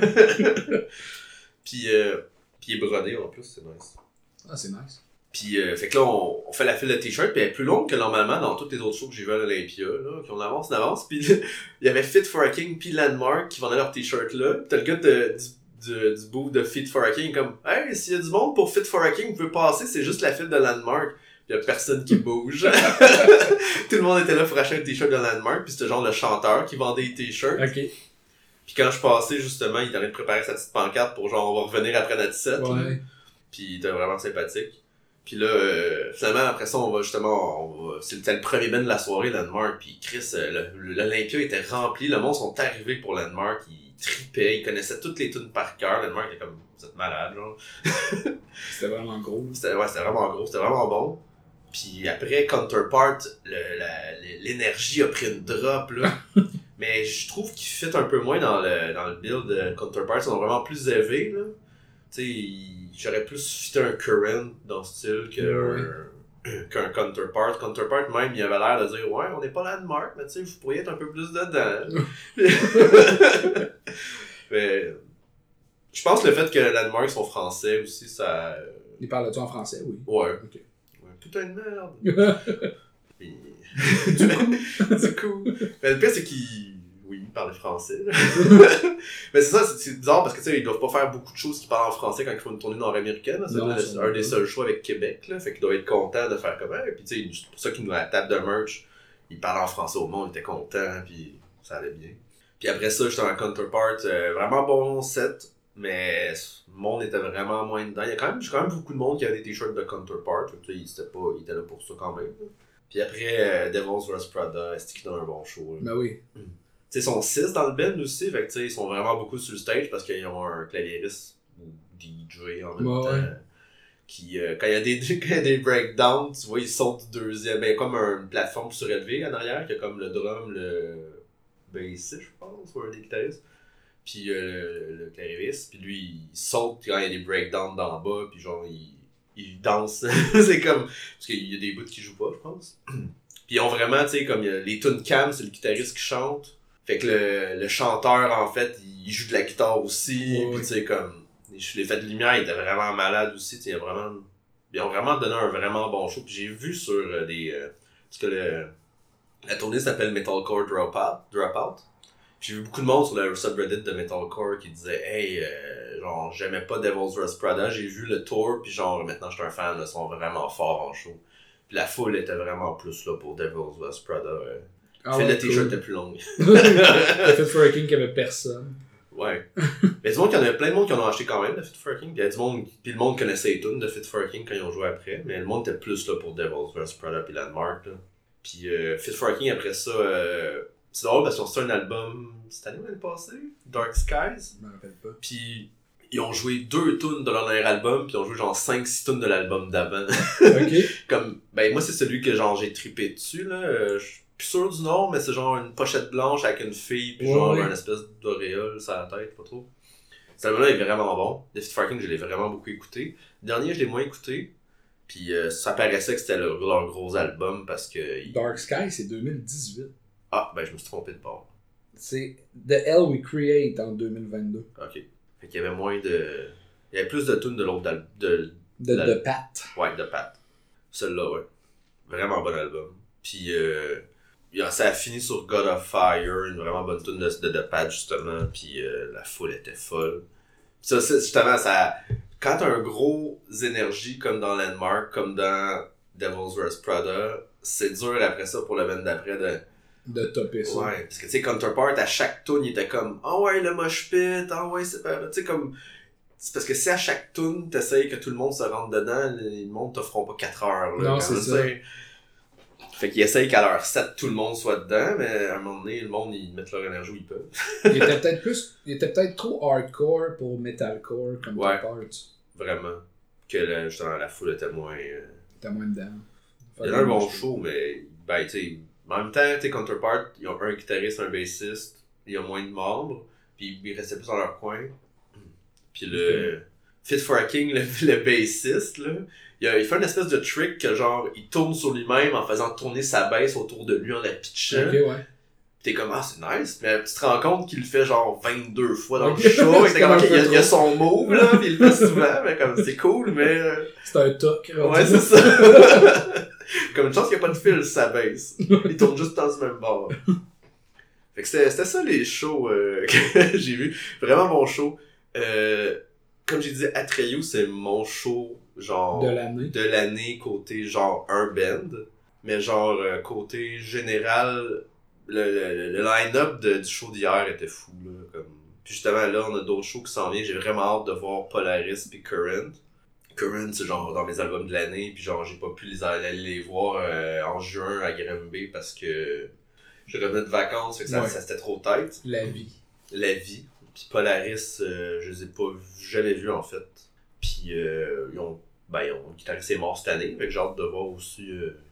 puis il est brodé en plus, c'est nice. Ah, c'est nice. Puis fait que là, on fait la file de t-shirts, puis elle est plus longue que normalement dans toutes les autres shows que j'ai vu à l'Olympia, là, qu'on avance. Puis il y avait Fit for a King puis Landmark qui vendaient leurs t-shirts là. Puis t'as le gars du booth de Fit for a King comme « Hey, s'il y a du monde pour Fit for a King, vous pouvez passer, c'est juste la file de Landmark. » Pis y a personne qui bouge. Tout le monde était là pour acheter un t-shirt de Landmark, pis c'était genre le chanteur qui vendait les t-shirts. Ok. Pis quand je passais, justement, il était en train de préparer sa petite pancarte pour genre, on va revenir après notre set. Ouais. Pis il était vraiment sympathique. Pis là, finalement, après ça, c'était le premier band de la soirée, Landmark. Pis Chris, l'Olympia était rempli, le monde sont arrivés pour Landmark, ils tripaient, ils connaissaient toutes les tunes par cœur. Landmark était comme, vous êtes malade, genre. C'était vraiment gros. C'était vraiment gros, c'était vraiment bon. Puis après, Counterpart, l'énergie a pris une drop, là. Mais je trouve qu'il fit un peu moins dans le build. Counterpart, ils sont vraiment plus élevés, là. Tu sais, j'aurais plus fité un Current dans le style qu'un Counterpart. Counterpart, même, il avait l'air de dire « Ouais, on n'est pas Landmark, mais tu sais, vous pourriez être un peu plus dedans. » Mais je pense que le fait que Landmark sont français aussi, ça... Ils parlent-tu en français, oui? Ouais. Ok. Putain de merde. Puis... du coup. Mais le pire, c'est qu'ils parlaient français. Mais c'est ça, c'est bizarre parce que tu sais, ils doivent pas faire beaucoup de choses qui parlent en français quand ils font une tournée nord-américaine. C'est un des seuls choix avec Québec. Là, fait qu'ils doivent être contents de faire comme ça. Puis tu sais, c'est pour ça qu'ils nous à la table de merch, ils parlent en français au monde, ils étaient contents, puis ça allait bien. Puis après ça, j'étais en Counterpart, vraiment bon set. Mais le monde était vraiment moins dedans. Il y a quand même beaucoup de monde qui avait des t-shirts de Counterpart. Il était là pour ça quand même. Puis après, Devil's Rust Prada, est-ce qu'ils donnent un bon show? Ben oui. Tu sais, ils sont 6 dans le band aussi. Fait que tu sais, ils sont vraiment beaucoup sur le stage parce qu'ils ont un claviériste ou DJ en même temps. Qui, quand il y a des breakdowns, tu vois, ils sautent du deuxième. Ben, comme une plateforme surélevée en arrière, qui a comme le drum, le bassiste, je pense, ou un des guitaristes. Puis le claviériste, puis lui, il saute quand il y a des breakdowns d'en bas, puis genre, il danse. C'est comme... Parce qu'il y a des bouts qui jouent pas, je pense. Puis ils ont vraiment, tu sais, comme les tunes cam, c'est le guitariste qui chante. Fait que le chanteur, en fait, il joue de la guitare aussi. Puis tu sais, comme... L'effet de lumière, il était vraiment malade aussi. Ils ont vraiment donné un vraiment bon show. Puis j'ai vu sur parce que la tournée s'appelle Metalcore Dropout. J'ai vu beaucoup de monde sur le subreddit de Metalcore qui disait « Hey, genre, j'aimais pas Devil's Rust Prada, j'ai vu le tour, puis genre, maintenant je suis un fan, ils sont vraiment forts en show. » Puis la foule était vraiment plus là pour Devil's Rust Prada. Le t-shirt était plus long. Fit for a King qu'il y avait personne. Ouais. Mais du monde, il y en a plein de monde qui en ont acheté quand même de Fit for a King. Puis le monde connaissait les tunes de Fit for a King quand ils ont joué après. Mais le monde était plus là pour Devil's Rust Prada puis Landmark. Là. Puis Fit for a King après ça... c'est drôle parce qu'ils ont sorti un album cette année ou l'année passée, Dark Skies. Je me rappelle pas. Puis ils ont joué 2 tunes de leur dernier album, puis ils ont joué genre 5-6 tunes de l'album d'avant. Ok. Comme, ben moi c'est celui que genre j'ai trippé dessus, là. Je suis plus sûr du nom, mais c'est genre une pochette blanche avec une fille, puis genre une espèce d'auréole sur la tête, pas trop. Cet album-là est vraiment bon. The Fit for a King, je l'ai vraiment beaucoup écouté. Le dernier, je l'ai moins écouté. Puis ça paraissait que c'était leur gros album parce que... Dark Sky, c'est 2018. Ah, ben je me suis trompé de bord. C'est The Hell We Create en 2022. Ok. Fait qu'il y avait moins de... Il y avait plus de tunes de l'autre de Pat. Ouais, de Pat. Celle-là, ouais. Vraiment bon album. Puis ça a fini sur God of Fire, une vraiment bonne tune de Pat, justement. Puis la foule était folle. Puis ça, justement, ça... Quand t'as un gros énergie comme dans Landmark, comme dans Devil's Rust Prada, c'est dur après ça pour le band d'après de topper ça. Ouais, parce que tu sais, Counterpart, à chaque tune, il était comme « Ah ouais, le mosh pit, ah ouais, c'est pas... » Tu sais, comme... C'est parce que si à chaque tune, t'essayes que tout le monde se rentre dedans, le monde t'offront pas 4 heures. Là, non, c'est ça. Fait qu'ils essayent qu'à leur set, tout le monde soit dedans, mais à un moment donné, le monde, ils mettent leur énergie où ils peuvent. Il était peut-être trop hardcore pour metalcore comme Parts. Vraiment. Que justement, la foule était moins... T'as moins dedans. Il y a un bon show, mais ben, tu sais, en même temps, tu sais, Counterpart, ils ont un guitariste, un bassiste, il y a moins de membres, puis ils restaient plus dans leur coin. Puis le Fit for a King, le bassiste, là, il fait une espèce de trick que genre, il tourne sur lui-même en faisant tourner sa basse autour de lui en la pitchant. Ok, ouais. Pis t'es comme, ah, c'est nice, mais tu te rends compte qu'il le fait genre 22 fois dans le show, et t'es comme, il y a son move, là, pis il le fait souvent, mais comme, c'est cool, mais... C'est un toc. Ouais, c'est ça. Comme une chance qu'il n'y a pas de fil sur sa baisse. Il tourne juste dans ce même bord. Fait que c'était ça les shows que j'ai vus. Vraiment bon show. Comme j'ai dit, Atreyu, c'est mon show, genre... De l'année, côté, genre, un band. Mais genre, côté général... Le line-up du show d'hier était fou, là. Comme... Puis justement, là, on a d'autres shows qui s'en viennent. J'ai vraiment hâte de voir Polaris et Current. Current, c'est genre dans mes albums de l'année. Puis genre, j'ai pas pu aller les voir en juin à Granby parce que je revenais de vacances. Fait que ça c'était trop tête. La vie. Puis Polaris, je les ai pas jamais vus en fait. Puis ils ont guitariste est mort cette année. Fait que j'ai hâte de voir aussi...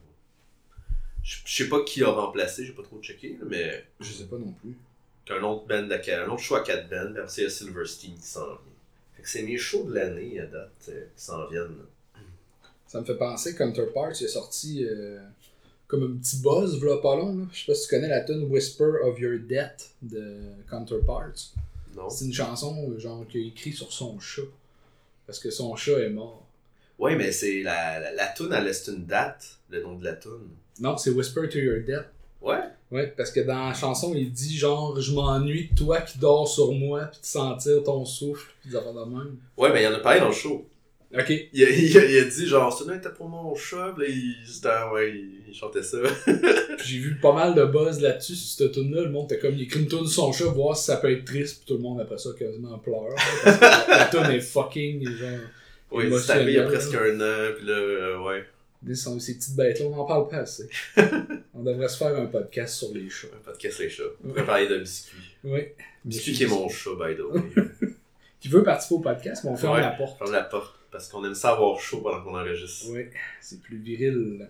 Je sais pas qui a remplacé, j'ai pas trop checké, mais... Je sais pas non plus. Un autre band, un autre show à 4 bands, puis c'est Silverstein qui s'en vient. Fait que c'est mes shows de l'année à date qui s'en viennent. Ça me fait penser, Counterparts, il est sorti comme un petit buzz, v'là pas long. Là. Je sais pas si tu connais la tune Whisper of Your Death de Counterparts. Non. C'est une chanson genre qu'il a écrit sur son chat. Parce que son chat est mort. Ouais, mais c'est la tune, elle laisse une date, le nom de la tune. Non, c'est Whisper to Your Death. Ouais? Ouais, parce que dans la chanson, il dit genre, je m'ennuie de toi qui dors sur moi, puis de sentir ton souffle, puis des affaires de même. Ouais, mais il y en a parlé dans le show. Ok. Il a dit genre, celui-là était pour mon chat, là, il chantait ça. J'ai vu pas mal de buzz là-dessus, sur cette tune-là. Le monde était comme, il écrit une tune sur son chat, voir si ça peut être triste, puis tout le monde après ça quasiment pleure. Parce que la tune est fucking, genre. Oui, c'est arrivé il y a presque un an, puis là, ouais. Ces petites bêtes-là, on n'en parle pas assez. On devrait se faire un podcast sur les chats. Un podcast sur les chats. On pourrait parler de biscuit. Oui. Biscuit qui est mon chat, by the way. Qui veut participer au podcast, mais on ferme la porte. Ferme la porte, parce qu'on aime ça avoir chaud pendant qu'on enregistre. Oui, c'est plus viril.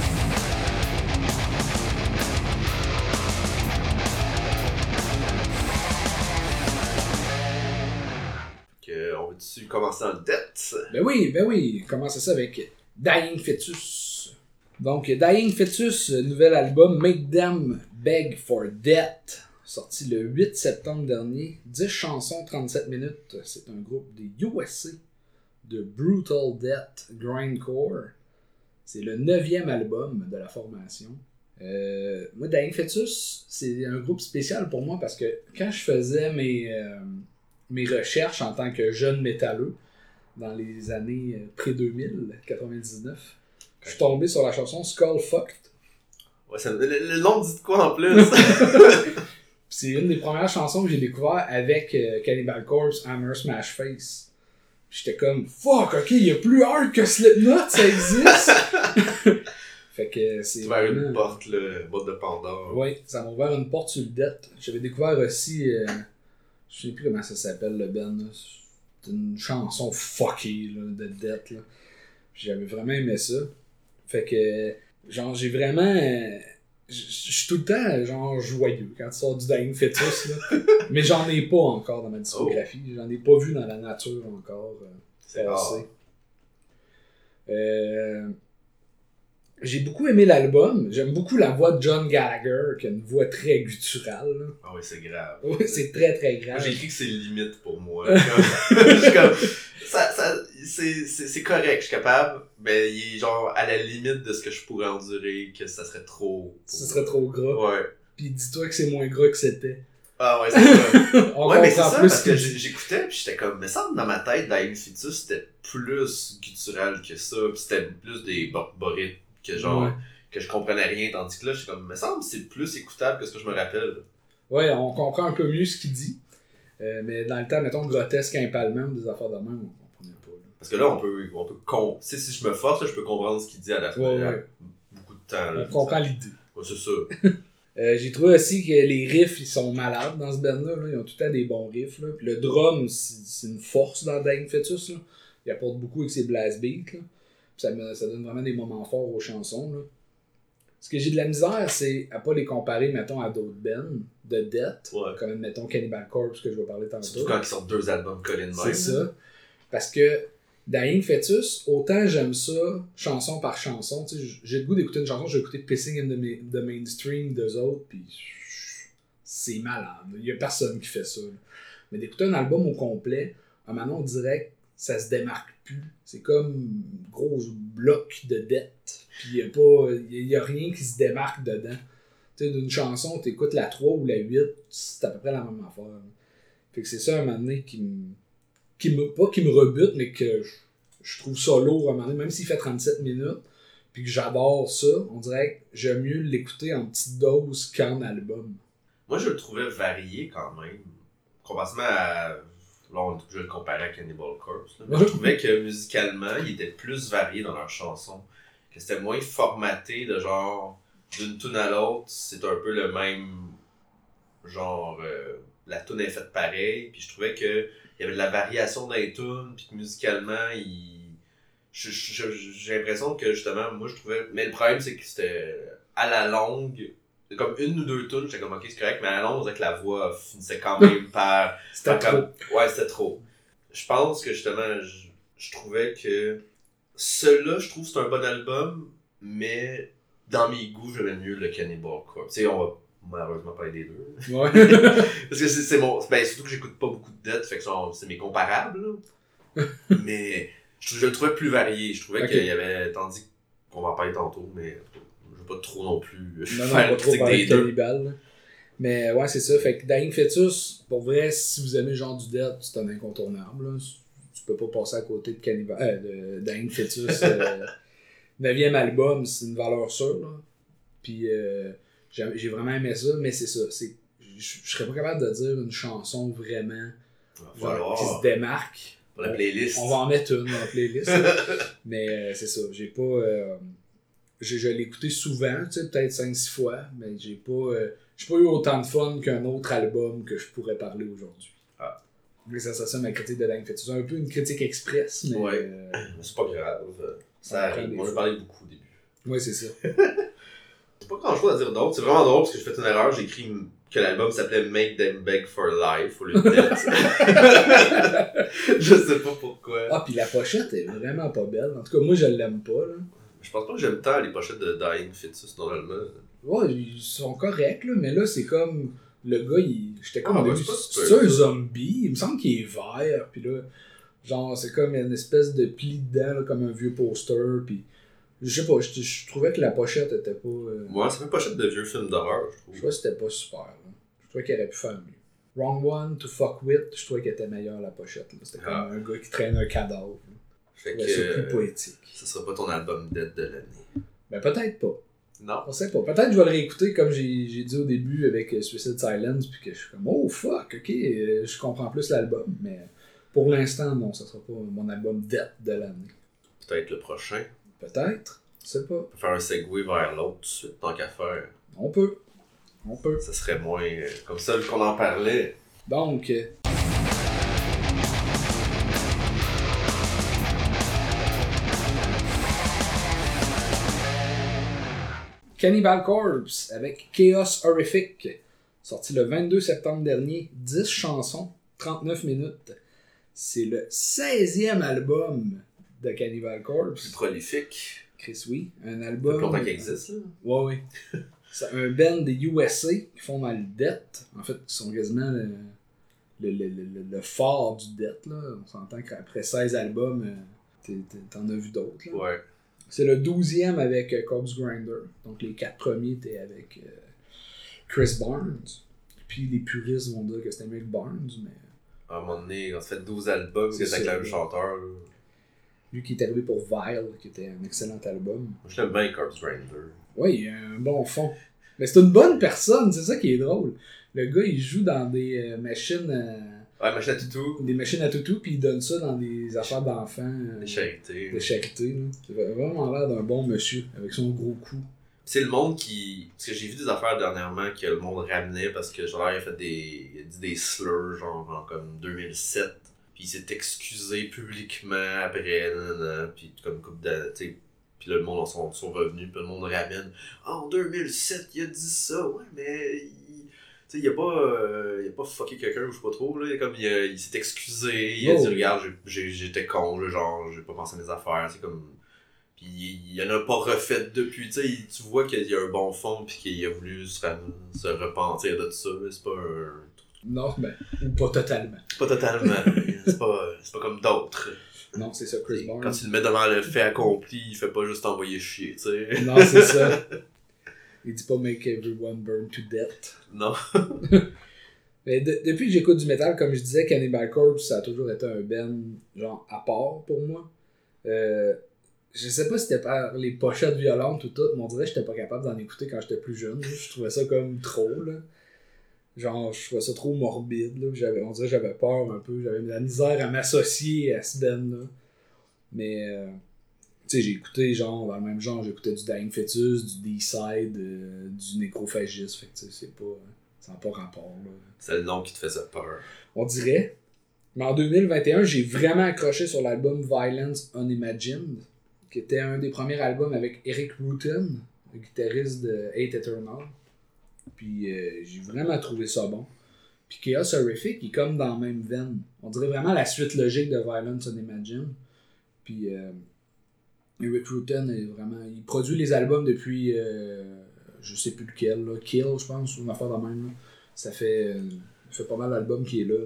On va-tu commencer en dette? Ben oui. Commencer ça avec Dying Fetus. Donc, Dying Fetus, nouvel album Make Them Beg for Death, sorti le 8 septembre dernier. 10 chansons, 37 minutes. C'est un groupe des USA de Brutal Death Grindcore. C'est le 9e album de la formation. Moi, Dying Fetus, c'est un groupe spécial pour moi parce que quand je faisais mes recherches en tant que jeune métalleux dans les années pré-2000, 99, je suis tombé sur la chanson Skull Fucked. Ouais, le nom dit de quoi en plus? C'est une des premières chansons que j'ai découvert avec Cannibal Corpse, Hammer Smash Face. J'étais comme, fuck, ok, il y a plus hard que Slipknot, ça existe! Fait que c'est. Tu ouvert une porte, le boîte de Pandore. Oui, ça m'a ouvert une porte sur le Death. J'avais découvert aussi. Je sais plus comment ça s'appelle le band. C'est une chanson fuckée là, de Death. Là. J'avais vraiment aimé ça. Fait que, genre, j'ai vraiment. Je suis tout le temps, genre, joyeux quand tu sors du Dying Fetus. Là. Mais j'en ai pas encore dans ma discographie. Oh. J'en ai pas vu dans la nature encore. C'est rare. J'ai beaucoup aimé l'album. J'aime beaucoup la voix de John Gallagher, qui a une voix très gutturale. Ah oui, c'est grave. Oui, c'est très très grave. Moi, j'ai écrit que c'est limite pour moi. Je suis comme, c'est correct, je suis capable, mais il est genre à la limite de ce que je pourrais endurer, que ça serait trop... Ça serait trop gras. Ouais. Puis dis-toi que c'est moins gras que c'était. Ah ouais, c'est ça. Ouais, mais c'est ça, parce que j'écoutais, puis j'étais comme, mais ça, dans ma tête, Dying Fetus, c'était plus guttural que ça, puis c'était plus des borborits. Que genre, que je comprenais rien, tandis que là, je suis comme, me semble c'est plus écoutable que ce que je me rappelle. Ouais, on comprend un peu mieux ce qu'il dit. Mais dans le temps, mettons, grotesque, impalement, ou des affaires de même, on comprenait pas. Là. Parce que là, on peut si je me force, là, je peux comprendre ce qu'il dit à la fois. Ouais. Beaucoup de le temps. Là, on comprend l'idée. Ouais, c'est ça. J'ai trouvé aussi que les riffs, ils sont malades dans ce band-là. Là. Ils ont tout le temps des bons riffs. Là. Puis le drum, c'est une force dans Dying Fetus. Là. Il apporte beaucoup avec ses blast beats. Là. Puis ça donne vraiment des moments forts aux chansons. Là. Ce que j'ai de la misère, c'est à pas les comparer, mettons, à d'autres bands de Death. Ouais. Comme, mettons, Cannibal Corpse, que je vais parler tantôt. Surtout quand ils sortent 2 albums collés de même. C'est ça. Parce que Dying Fetus, autant j'aime ça, chanson par chanson. Tu sais, j'ai le goût d'écouter une chanson, j'ai écouté Pissing in the Mainstream d'eux autres, puis c'est malade. Il y a personne qui fait ça. Là. Mais d'écouter un album au complet, à un moment on dirait que ça se démarque plus. C'est comme un gros bloc de dette. Puis il y a rien qui se démarque dedans. Tu sais, d'une chanson, tu écoutes la 3 ou la 8, c'est à peu près la même affaire. Là. Fait que c'est ça, un moment donné, qui me rebute, mais que je trouve ça lourd, à un moment donné, même s'il fait 37 minutes, puis que j'adore ça, on dirait que j'aime mieux l'écouter en petite dose qu'en album. Moi, je le trouvais varié quand même. Comparativement à... Là, je le comparais à Cannibal Corpse. Là. Mais je trouvais que musicalement, il était plus varié dans leurs chansons. Que c'était moins formaté de genre... D'une tune à l'autre, c'est un peu le même... Genre... la tune est faite pareil. Puis je trouvais que il y avait de la variation dans les tunes. Puis que musicalement, j'ai l'impression que justement, moi je trouvais... Mais le problème, c'est que c'était à la longue... Comme une ou deux tunes, j'étais comme ok, c'est correct, mais à la longue, on dirait que la voix finissait quand même par. C'était trop. Ouais, c'était trop. Je pense que justement, je trouvais que. Celui-là, je trouve que c'est un bon album, mais dans mes goûts, j'aimais mieux le Cannibal Corpse. Tu sais, on va malheureusement parler des deux. Ouais. Parce que c'est mon. Ben, surtout que j'écoute pas beaucoup de Death, fait que c'est mes comparables, là. Mais je le trouvais plus varié. Je trouvais qu'il y avait. Tandis qu'on va en parler tantôt, mais. Pas trop non plus faire trop parler de Cannibal. Mais ouais, c'est ça. Fait que Dying Fetus, pour vrai, si vous aimez le genre du Death, c'est un incontournable. Là. Tu peux pas passer à côté de Cannibal. De Dying Fetus. 9e album, c'est une valeur sûre. Là. Puis j'ai vraiment aimé ça, mais c'est ça. Je serais pas capable de dire une chanson vraiment qui se démarque. Pour la playlist. On va en mettre une dans la playlist. Mais c'est ça. J'ai pas. Je l'ai écouté souvent, tu sais, peut-être 5-6 fois, mais j'ai pas eu autant de fun qu'un autre album que je pourrais parler aujourd'hui. Ah. Mais ça ma critique de Dying Fetus. C'est un peu une critique express, mais... Ouais, c'est pas grave. Ça arrive. Moi, je parlais beaucoup au début. Ouais, c'est ça. C'est pas grand-chose à dire d'autre. C'est vraiment drôle parce que j'ai fait une erreur. J'ai écrit que l'album s'appelait Make Them Beg for Life au lieu de Death. Je sais pas pourquoi. Ah, puis la pochette est vraiment pas belle. En tout cas, moi, je l'aime pas, là. Je pense pas que j'aime tant les pochettes de Dying Fetus, normalement. Ouais, ils sont corrects, là, mais là, c'est comme... Le gars, j'étais comme... c'est un zombie. Il me semble qu'il est vert, puis là... Genre, c'est comme une espèce de pli dedans, là, comme un vieux poster, puis... Je sais pas, je trouvais que la pochette était pas... Ouais, c'est une pochette de vieux film d'horreur, je trouve. Je trouvais que c'était pas super, là. Je trouvais qu'il aurait pu faire mieux. Wrong One to Fuck With, je trouvais qu'elle était meilleure, la pochette, là. C'était comme un gars qui traîne un cadavre, là. Fait que c'est plus poétique. Ce sera pas ton album Death de l'année. Ben peut-être pas. Non. On sait pas. Peut-être que je vais le réécouter comme j'ai dit au début avec Suicide Silence, puis que je suis comme oh fuck, ok, je comprends plus l'album, mais pour l'instant non, ça sera pas mon album Death de l'année. Peut-être le prochain. Peut-être, je sais pas. On peut faire un segue vers l'autre tout de suite, tant qu'à faire. On peut. Ça serait moins comme ça qu'on en parlait. Donc... Cannibal Corpse avec Chaos Horrific, sorti le 22 septembre dernier, 10 chansons, 39 minutes. C'est le 16e album de Cannibal Corpse. Plus prolifique. Chris, oui. Un album... Ça fait longtemps qu'il existe, là. Ouais. C'est un band des USA qui font dans le Death. En fait, qui sont quasiment le phare du Death, là. On s'entend qu'après 16 albums, t'en as vu d'autres, là. Ouais. C'est le 12e avec Corpse Grinder. Donc les 4 premiers étaient avec Chris Barnes. Puis les puristes vont dire que c'était Mick Barnes, mais... À un moment donné, on se fait 12 albums, c'est avec le même chanteur. Là. Lui qui est arrivé pour Vile, qui était un excellent album. Moi, je l'aime bien, Corpse Grinder. Oui, il a un bon fond. Mais c'est une bonne personne, c'est ça qui est drôle. Le gars, il joue dans des machines... Ouais, machine à toutou. Des machines à toutou, puis il donne ça dans des affaires d'enfants. Des charités. Des charités, là. C'est vraiment l'air d'un bon monsieur, avec son gros cou. C'est le monde qui... Parce que j'ai vu des affaires dernièrement que le monde ramenait parce que genre il a fait il a dit des slurs genre en comme 2007. Puis il s'est excusé publiquement après, puis comme une couple de... T'sais, puis là le monde sont revenus, puis le monde ramène. Ah, en 2007 il a dit ça, ouais mais... Tu sais, il a pas fucké quelqu'un ou je sais pas trop, là. Il s'est excusé, il a dit regarde, j'étais con, là, genre j'ai pas pensé à mes affaires, c'est comme... Puis il en a pas refait depuis, tu vois qu'il y a un bon fond pis qu'il a voulu se repentir de tout ça, là. C'est pas un... Non, mais pas totalement. Pas totalement, c'est pas comme d'autres. Non, c'est ça, Chris Barnes. Quand tu le mets devant le fait accompli, il fait pas juste t'envoyer chier, tu sais. Non, c'est ça. Il dit pas make everyone burn to death. Non. Mais depuis que j'écoute du métal, comme je disais, Cannibal Corpse, ça a toujours été un band genre à part pour moi. Je sais pas si c'était par les pochettes violentes ou tout, mais on dirait que j'étais pas capable d'en écouter quand j'étais plus jeune. Je trouvais ça comme trop, là. Genre, je trouvais ça trop morbide, là. On dirait que j'avais peur un peu. J'avais de la misère à m'associer à ce band-là. Mais, tu sais, j'ai écouté, genre, dans le même genre, j'écoutais du Dying Fetus, du D-Side, du Nécrophagisme. Fait que, tu sais, ça n'a pas rapport, là. C'est le nom qui te faisait peur. On dirait. Mais en 2021, j'ai vraiment accroché sur l'album Violence Unimagined, qui était un des premiers albums avec Eric Rutan, le guitariste de Hate Eternal. Puis j'ai vraiment trouvé ça bon. Puis Chaos Horrific, il est comme dans la même veine. On dirait vraiment la suite logique de Violence Unimagined. Puis Eric Rutan est vraiment... Il produit les albums depuis... je sais plus lequel, là. Kill, je pense, ou une affaire de même. Là. Ça fait pas mal d'albums qui est là.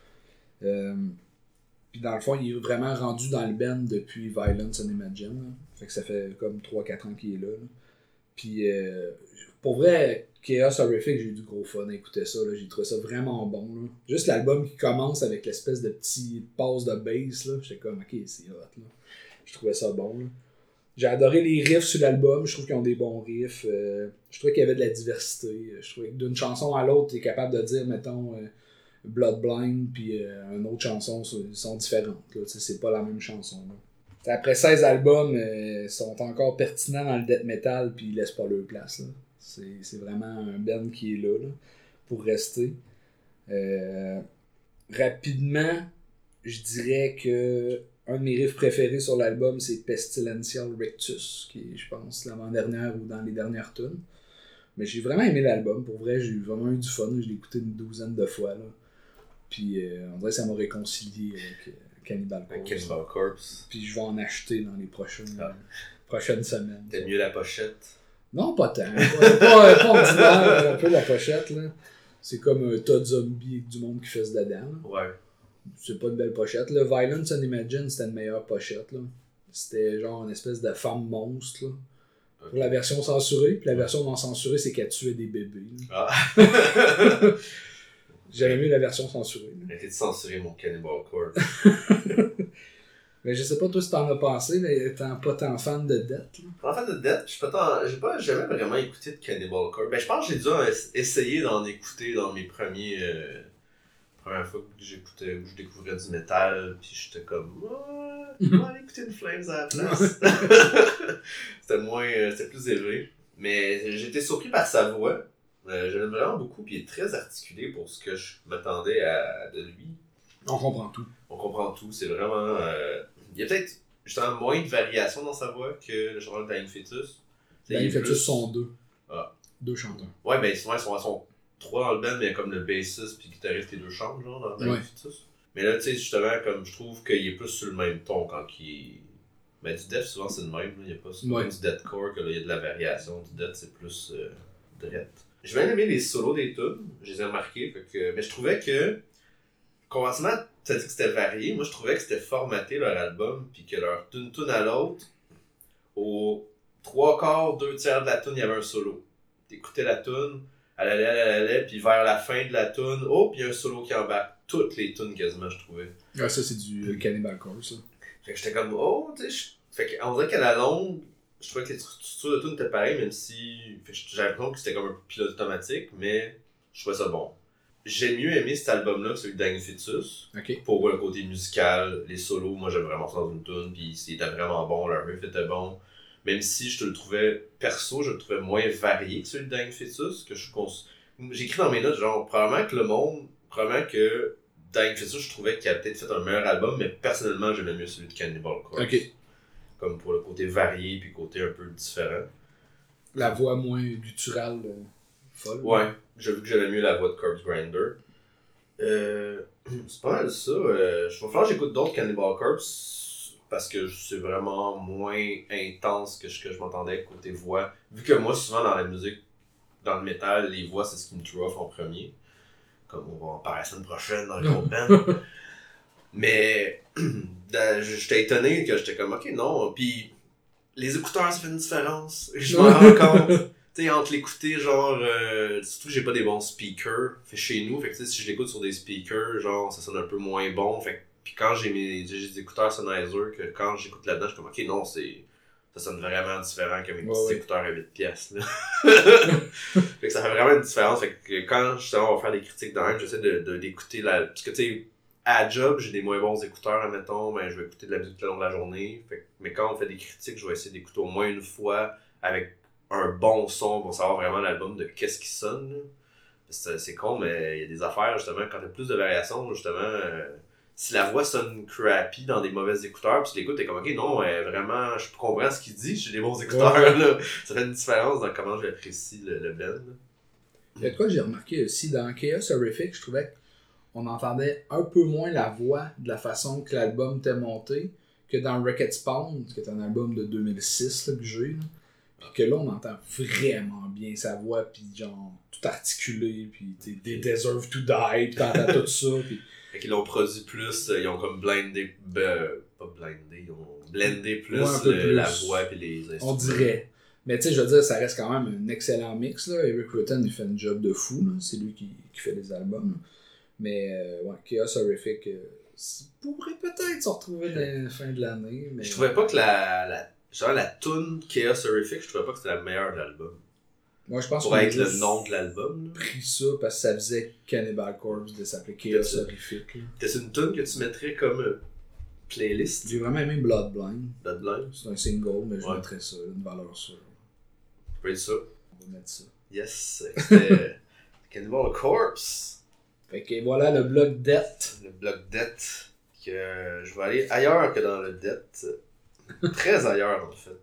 Puis dans le fond, il est vraiment rendu dans le band depuis Violence Unimagined. Là. Fait que ça fait comme 3-4 ans qu'il est là. Puis pour vrai, Chaos Horrific, j'ai eu du gros fun à écouter ça. Là. J'ai trouvé ça vraiment bon. Là. Juste l'album qui commence avec l'espèce de petit passe de bass. J'étais comme, ok, c'est hot. Là. Je trouvais ça bon. Là. J'ai adoré les riffs sur l'album. Je trouve qu'ils ont des bons riffs. Je trouvais qu'il y avait de la diversité. Je trouvais que d'une chanson à l'autre, tu es capable de dire, mettons, Bloodblind puis une autre chanson sont différentes. Là. C'est pas la même chanson. Là. Après 16 albums, ils sont encore pertinents dans le death metal puis ils laissent pas leur place. Là. C'est vraiment un band qui est là pour rester. Rapidement, je dirais que un de mes riffs préférés sur l'album, c'est Pestilential Rictus, qui est, je pense, l'avant-dernière ou dans les dernières tunes. Mais j'ai vraiment aimé l'album. Pour vrai, j'ai vraiment eu du fun. Je l'ai écouté une douzaine de fois. Là. Puis on dirait que ça m'a réconcilié avec Cannibal Corpse. Puis je vais en acheter dans les prochaines semaines. T'aimes mieux la pochette? Non, pas tant. Pas ordinaire, un peu la pochette. Là. C'est comme un tas de zombies avec du monde qui fait dedans. Là. Ouais. C'est pas une belle pochette. Là. Violence Unimagined, c'était une meilleure pochette. Là. C'était genre une espèce de femme monstre. Là. Okay. Pour la version censurée. Puis la version non censurée, c'est qu'elle tuait des bébés. Ah. J'avais mieux la version censurée. Arrêtez de censurer mon Cannibal Corpse. Mais je sais pas toi si t'en as pensé, mais étant pas tant fan de Death. En fan de Death, j'ai pas jamais vraiment écouté de Cannibal Corpse. Ben je pense que j'ai dû essayer d'en écouter dans mes premières fois que j'écoutais, où je découvrais du métal, puis j'étais comme je vais aller écouter une Flames à la place. C'était plus élevé. Mais j'ai été surpris par sa voix. Je l'aime vraiment beaucoup, puis il est très articulé pour ce que je m'attendais de lui. On comprend tout. On comprend tout, c'est vraiment... il y a peut-être justement moins de variations dans sa voix que le chanteur de Dying Fetus. Dying Fetus sont deux. Ah. Deux chanteurs. Ouais, ben souvent ils sont trois dans le band, mais il y a comme le bassiste puis le guitariste, les deux chantent genre dans Dying Fetus. Mais là, tu sais, justement, comme je trouve qu'il est plus sur le même ton quand il est... Ben du death, souvent c'est le même, il n'y a pas du deathcore, que là, il y a de la variation. Du death, c'est plus drette. J'ai bien aimé les solos des tunes, je les ai remarqués, mais je trouvais que, commencement, tu as dit que c'était varié, moi je trouvais que c'était formaté leur album, puis que leur tune à l'autre, aux 3/4, 2/3 de la tune, il y avait un solo. T'écoutais la tune, elle allait, puis vers la fin de la tune, puis il y a un solo qui embarque. Toutes les tunes quasiment, je trouvais. Ah, ça c'est du Cannibal Corpse, ça. Fait que j'étais comme, tu sais, fait qu'on dirait qu'à la longue, je trouvais que les structures de tunes étaient pareilles, même si j'avais l'impression que c'était comme un pilote automatique, mais je trouvais ça bon. J'ai mieux aimé cet album-là que celui de Dying Fetus. Okay. Pour le côté musical, les solos, moi j'aime vraiment ça dans une tune, puis c'était vraiment bon, leur riff était bon. Même si je le trouvais moins varié que celui de Dying Fetus, j'ai écrit dans mes notes, genre, probablement que Dying Fetus, je trouvais qu'il a peut-être fait un meilleur album, mais personnellement, j'aimais mieux celui de Cannibal Corpse. Ok. Comme pour le côté varié, puis le côté un peu différent. La voix moins gutturale, folle. Ouais, j'avoue que j'aimais mieux la voix de Corpse Grinder. C'est pas mal ça. Je vais falloir que j'écoute d'autres Cannibal Corpse parce que c'est vraiment moins intense que ce que je m'entendais côté voix. Vu que moi, souvent dans la musique, dans le métal, les voix, c'est ce qui me true off en premier. Comme on va en parler la semaine prochaine dans le groupe band. Mais j'étais étonné que j'étais comme, ok, non. Puis les écouteurs, ça fait une différence. Je m'en rends compte. Tu sais, entre l'écouter, genre, surtout que j'ai pas des bons speakers, fait chez nous, fait que si je l'écoute sur des speakers, genre, ça sonne un peu moins bon, fait puis quand j'ai des écouteurs Sennheiser, que quand j'écoute là-dedans, je suis comme, ok, non, ça sonne vraiment différent que mes petits écouteurs à 8 piastres, là. Fait que ça fait vraiment une différence, fait que quand, justement, on va faire des critiques dans un, j'essaie d'écouter parce que, tu sais, à la job, j'ai des moins bons écouteurs, admettons, ben, je vais écouter de la musique tout le long de la journée, mais quand on fait des critiques, je vais essayer d'écouter au moins une fois avec un bon son pour savoir vraiment l'album de qu'est-ce qui sonne. Là. C'est con, mais il y a des affaires, justement, quand t'as plus de variations, justement, si la voix sonne crappy dans des mauvais écouteurs, puis tu l'écoutes, t'es comme, ok, non, vraiment, je comprends ce qu'il dit, j'ai des bons écouteurs, là. Ça fait une différence dans comment j'apprécie le band. Il y a de quoi j'ai remarqué aussi, dans Chaos Horrific, je trouvais qu'on entendait un peu moins la voix de la façon que l'album était monté que dans Wreck-It Spawn, qui est un album de 2006 là, que j'ai, là. Puis que là, on entend vraiment bien sa voix, puis genre, tout articulé, puis des Deserve to Die, puis t'entends tout ça. Puis... Fait qu'ils l'ont produit plus, ils ont comme blindé, ils ont blendé plus, plus la voix puis les instruments. On dirait. Mais tu sais, je veux dire, ça reste quand même un excellent mix, là. Eric Rutten, il fait un job de fou, là. C'est lui qui fait les albums, là. Mais, ouais, Chaos Horrific, pourrait peut-être se retrouver dans la fin de l'année, mais... Je trouvais pas que la tune Chaos Horrific, je trouvais pas que c'était la meilleure de l'album. Moi, je pense pour être le nom de l'album. Pris ça parce que ça faisait Cannibal Corpse de s'appeler Chaos Horrific. C'est une tune que tu mettrais comme playlist. J'ai vraiment aimé Bloodblind. Bloodblind. C'est un single, mais je mettrais ça, une valeur sûre. Tu peux être ça. On va mettre ça. Yes, c'était Cannibal Corpse. Fait que voilà le bloc dette. Le bloc dette. Que je vais aller ailleurs que dans le dette. Très ailleurs en fait.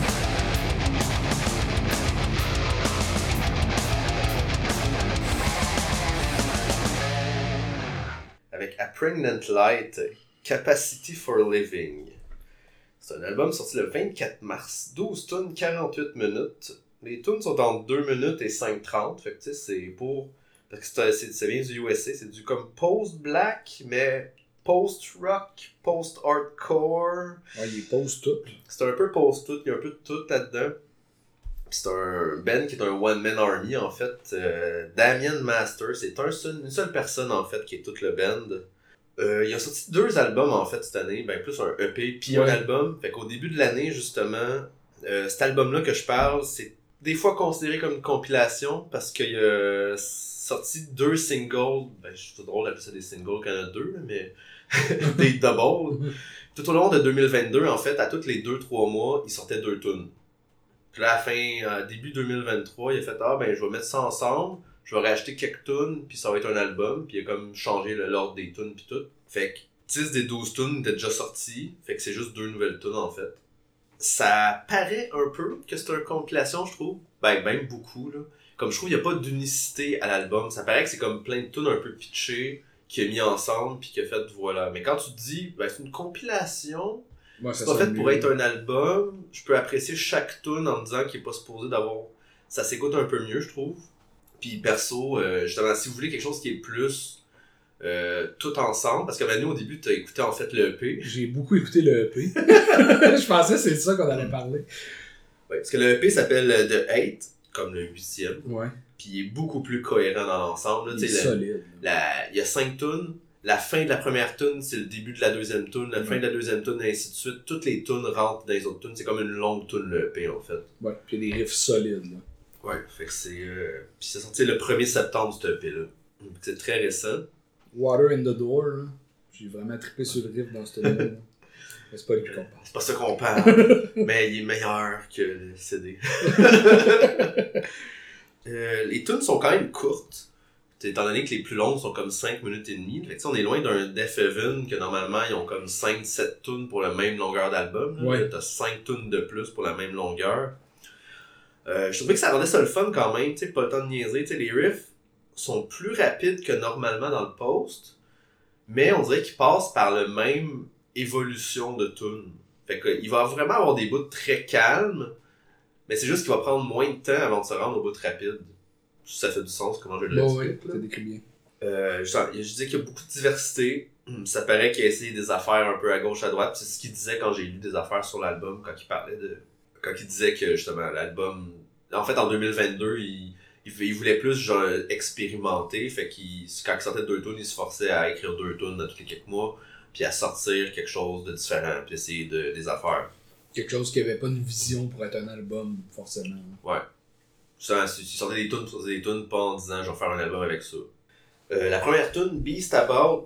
Avec A Pregnant Light, Capacity for Living. C'est un album sorti le 24 mars, 12 tunes, 48 minutes. Les tunes sont entre 2 minutes et 5:30, fait que tu sais, c'est pour... Parce que ça vient du USA, c'est du comme post-black, mais post-rock, post-hardcore. Ouais, il est post-tout. C'est un peu post-tout, il y a un peu de tout là-dedans. C'est un band qui est un one-man army, en fait. Damien Master, c'est une seule personne, en fait, qui est toute le band. Il a sorti 2 albums, en fait, cette année. Ben, plus un EP, puis un album. Fait qu'au début de l'année, justement, cet album-là que je parle, c'est des fois considéré comme une compilation, parce qu'il a sorti 2 singles. Ben, c'est drôle d'appeler ça des singles quand il y en a 2, mais des doubles. Tout au long de 2022, en fait, à tous les 2-3 mois, il sortait 2 tunes. Puis là, à la fin, début 2023, il a fait « Ah, ben, je vais mettre ça ensemble, je vais racheter quelques tunes, puis ça va être un album. » Puis il a comme changé l'ordre des tunes, puis tout. Fait que 10 des 12 tunes étaient déjà sorties, fait que c'est juste 2 nouvelles tunes, en fait. Ça paraît un peu que c'est une compilation, je trouve. Ben, même beaucoup, là. Comme je trouve, il n'y a pas d'unicité à l'album. Ça paraît que c'est comme plein de tunes un peu pitchées, qui a mis ensemble, puis qui a fait, voilà. Mais quand tu te dis, ben, c'est une compilation... Ouais, c'est pas fait pour être un album. Je peux apprécier chaque tune en me disant qu'il est pas supposé d'avoir... Ça s'écoute un peu mieux, je trouve. Puis perso, justement, si vous voulez quelque chose qui est plus tout ensemble, parce que Manu, au début, t'as écouté en fait le EP. J'ai beaucoup écouté le EP. Je pensais que c'est ça qu'on allait parler. Ouais, parce que le EP s'appelle The 8, comme le 8e. Ouais. Puis il est beaucoup plus cohérent dans l'ensemble. Il est solide. Il y a 5 tunes. La fin de la première tune, c'est le début de la deuxième tune. La fin de la deuxième tune, et ainsi de suite. Toutes les tunes rentrent dans les autres tunes. C'est comme une longue tune, le EP, en fait. Ouais, puis il y a des riffs solides, là. Ouais, fait que c'est... Puis c'est sorti le 1er septembre, cet EP-là. C'est très récent. Water in the Door, là. J'ai vraiment trippé sur le riff dans ce là. Mais c'est pas lui qu'on parle. C'est pas ça qu'on parle. Mais il est meilleur que le CD. Les tunes sont quand même courtes. Étant donné que les plus longues sont comme 5 minutes et demie. Fait que, on est loin d'un Def Heaven que normalement ils ont comme 5-7 tunes pour la même longueur d'album. Ouais. T'as 5 tunes de plus pour la même longueur. Je trouvais que ça rendait ça le fun quand même, tu sais, pas le temps de niaiser. Tu sais, les riffs sont plus rapides que normalement dans le post, mais on dirait qu'ils passent par la même évolution de tunes. Fait que il va vraiment avoir des bouts très calmes, mais c'est juste qu'il va prendre moins de temps avant de se rendre aux bouts rapides. Ça fait du sens comment je l'explique. Ouais, t'as décrit bien. Je dis qu'il y a beaucoup de diversité. Ça paraît qu'il a essayé des affaires un peu à gauche, à droite. C'est ce qu'il disait quand j'ai lu des affaires sur l'album, quand il parlait de... Quand il disait que, justement, l'album... En fait, en 2022, il voulait plus, genre, expérimenter. Fait qu'il, quand il sortait 2 tunes, il se forçait à écrire 2 tunes tous les quelques mois, puis à sortir quelque chose de différent, puis essayer des affaires. Quelque chose qui avait pas une vision pour être un album, forcément. Ouais. Ça, il sortait des tunes, pas en disant, je vais faire un album avec ça. La première tune, Beast About...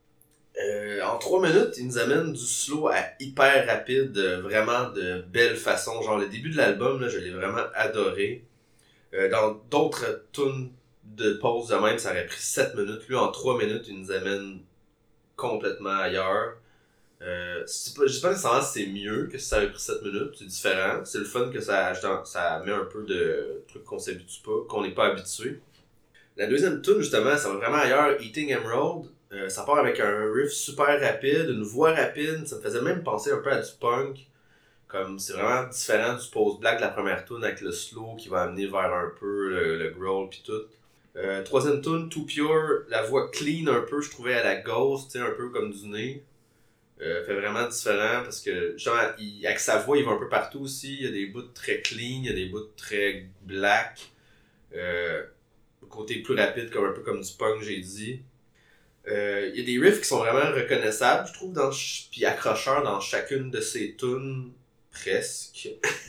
en 3 minutes, il nous amène du slow à hyper rapide, vraiment de belle façon. Genre, le début de l'album, là, je l'ai vraiment adoré. Dans d'autres tunes de pause de même, ça aurait pris 7 minutes. Lui, en 3 minutes, il nous amène complètement ailleurs. Je dis pas nécessairement si c'est mieux que si ça avait pris 7 minutes, c'est différent. C'est le fun que ça met un peu de trucs qu'on s'habitue pas, qu'on n'est pas habitué. La deuxième tune, justement, ça va vraiment ailleurs, Eating Emerald. Ça part avec un riff super rapide, une voix rapide, ça me faisait même penser un peu à du punk. Comme c'est vraiment différent du post-black de la première tune avec le slow qui va amener vers un peu le growl pis tout. Troisième tune, Too Pure, la voix clean un peu, je trouvais à la Ghost, un peu comme du nez. Fait vraiment différent parce que justement, avec sa voix, il va un peu partout aussi. Il y a des bouts très clean, il y a des bouts très black. Côté plus rapide, comme un peu comme du punk, j'ai dit. Il y a des riffs qui sont vraiment reconnaissables, je trouve, puis accrocheurs dans chacune de ces tunes, presque.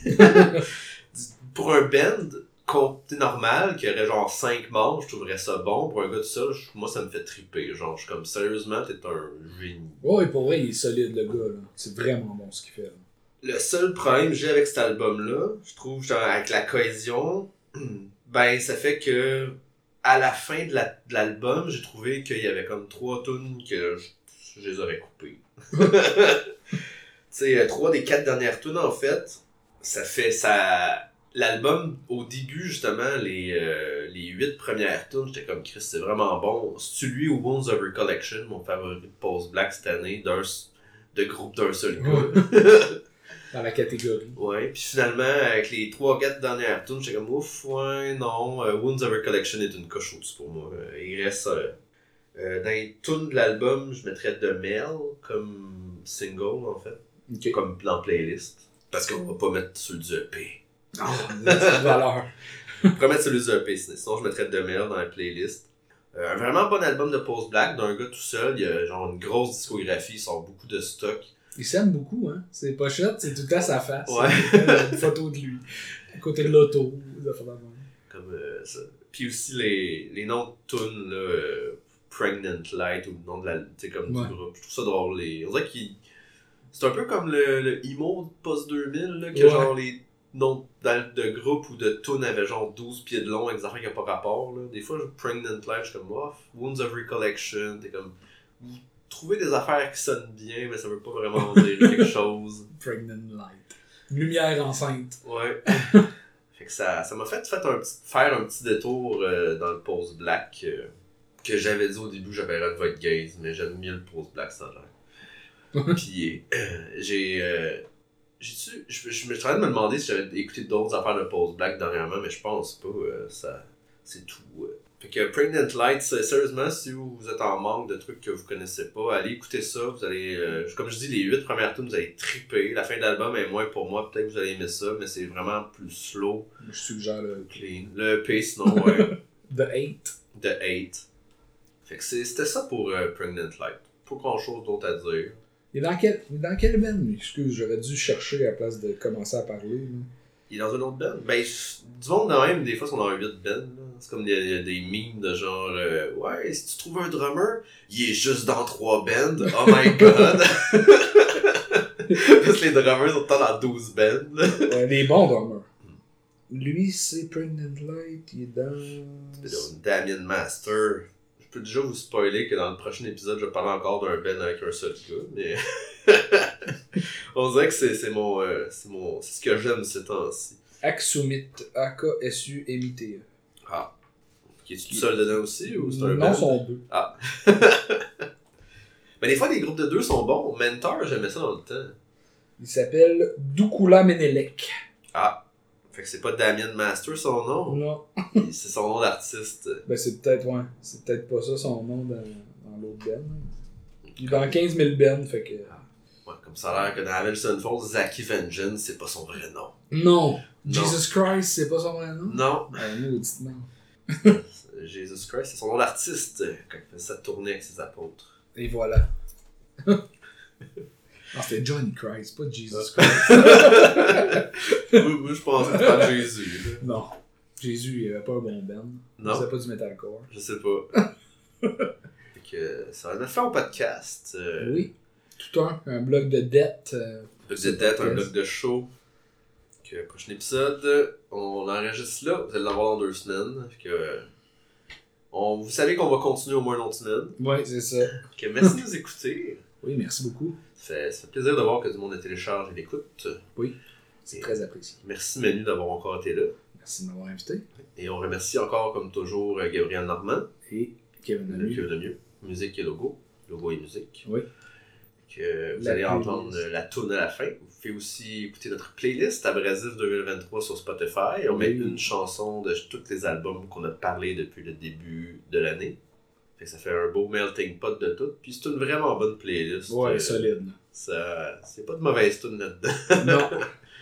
Pour un band compté normal, qui aurait genre 5 membres, je trouverais ça bon. Pour un gars de ça, moi ça me fait triper. Genre, je suis comme, sérieusement, t'es un génie. Ouais, pour vrai, il est solide, le gars, là. C'est vraiment bon ce qu'il fait, là. Le seul problème que j'ai avec cet album-là, je trouve, genre, avec la cohésion, ben, ça fait que à la fin de l'album, j'ai trouvé qu'il y avait comme 3 tunes que je les aurais coupées. Tu sais, 3 des 4 dernières tunes, en fait, ça fait ça... L'album, au début, justement, les 8 premières tunes, j'étais comme, Chris, c'est vraiment bon. C'est lui ou Wounds of Recollection, mon favori de post-black cette année, de groupe d'un seul gars. Dans la catégorie. Ouais, puis finalement, avec les 3-4 dernières tunes, j'étais comme, ouf, ouais, non, Wounds of Recollection est une coche au-dessus pour moi. Il reste... dans les tunes de l'album, je mettrais The Mel comme single, en fait. Okay. Comme dans playlist. Parce qu'on va pas mettre celui du EP. Non, c'est une valeur. Je pourrais mettre celui du EP, sinon je mettrais The Mel dans la playlist. Un vraiment bon album de post-black d'un gars tout seul. Il y a genre une grosse discographie, il sort beaucoup de stock. Il s'aime beaucoup, hein. Ses pochettes, c'est tout le temps sa face. Ouais. Une photo de lui. À côté de l'auto. Comme ça. Puis aussi les noms de tunes, là, Pregnant Light ou le nom de la. Tu sais, comme du groupe. Je trouve ça drôle. On dirait qu'il. C'est un peu comme le emo post 2000, là, que genre les noms de groupe ou de tunes avaient genre 12 pieds de long avec des affaires qui n'ont pas rapport. Là. Des fois, Pregnant Light, je suis comme, off. Wounds of Recollection, t'es comme. Trouver des affaires qui sonnent bien, mais ça veut pas vraiment dire quelque chose. Pregnant Light. Lumière enceinte. Ouais. Fait que ça m'a fait faire un petit détour dans le post-black que j'avais dit au début j'avais Red Void Gaze, mais j'aime mieux le post-black ça genre. Puis je me suis en train de me demander si j'avais écouté d'autres affaires de post-black dernièrement, mais je pense pas. Ça, c'est tout. Fait que Pregnant Light, sérieusement, si vous êtes en manque de trucs que vous connaissez pas, allez écouter ça. Vous allez, comme je dis, les 8 premières tunes, vous allez triper. La fin de l'album est moins pour moi, peut-être que vous allez aimer ça, mais c'est vraiment plus slow. Je suggère le clean. Le EP, sinon, ouais. The 8. The 8. Fait que c'était ça pour Pregnant Light. Pas grand chose d'autre à dire. Il est dans quelle band? Excuse, j'aurais dû chercher à la place de commencer à parler. Là. Il est dans une autre band? Ben, du monde de même, des fois, sont dans un 8 band. C'est comme il y a des memes de genre, ouais, si tu trouves un drummer, il est juste dans 3 bands. Oh my god! Parce que les drummers sont tout le temps dans 12 bands. Ouais, les bons drummers. Lui, c'est Pregnant Light, il est dans... Damien Master. Je peux déjà vous spoiler que dans le prochain épisode, je vais parler encore d'un band avec un seul gars, mais... On dirait que c'est ce que j'aime ces temps-ci. Aksumit, A-K-S-U-M-I-T-E. Ah. Qui est-tu tout seul dedans aussi, ou c'est un Non, band? sont deux. Ah. Mais des fois, les groupes de deux sont bons. Mentor, j'aimais ça dans le temps. Il s'appelle Dukula Menelek. Ah. Fait que c'est pas Damien Master son nom. Non. C'est son nom d'artiste. Ben c'est peut-être, ouais. C'est peut-être pas ça son nom dans l'autre band. Il est dans 15 000 bands, fait que... Ouais, comme ça a l'air que dans Avenged Falls, Zaki Vengeance, c'est pas son vrai nom. Non. Non. Jesus Christ, c'est pas son vrai nom? Non. Maudit nom. Jesus Christ, c'est son nom d'artiste quand il faisait sa tournée avec ses apôtres. Et voilà. Non, c'était Johnny Christ, pas Jesus Christ. Oui, je pense que c'est pas Jésus. Là. Non. Jésus, il avait pas un bon band. Non. Il faisait pas du metalcore. Je sais pas. Fait que ça va mettre fin au podcast. Oui. Tout un bloc de dette. Un bloc de dette, un bloc de show. Que prochain épisode, on enregistre là. Vous allez l'avoir dans 2 semaines. Fait que, vous savez qu'on va continuer au moins une autre semaine. Oui, c'est ça. Que merci de nous écouter. Oui, merci beaucoup. Ça fait plaisir de voir que du monde télécharge et l'écoute. Oui, c'est très apprécié. Merci Manu d'avoir encore été là. Merci de m'avoir invité. Et on remercie encore, comme toujours, Gabriel Normand. Et Kevin Lemieux. Kevin Lemieux. Musique et logo. Logo et musique. Oui. Que vous allez entendre la tourne à la fin. Vous pouvez aussi écouter notre playlist Abrasif 2023 sur Spotify. On met une chanson de tous les albums qu'on a parlé depuis le début de l'année. Fait que ça fait un beau melting pot de tout. Puis c'est une vraiment bonne playlist. Ouais, solide. C'est pas de mauvaise tune là-dedans. Non.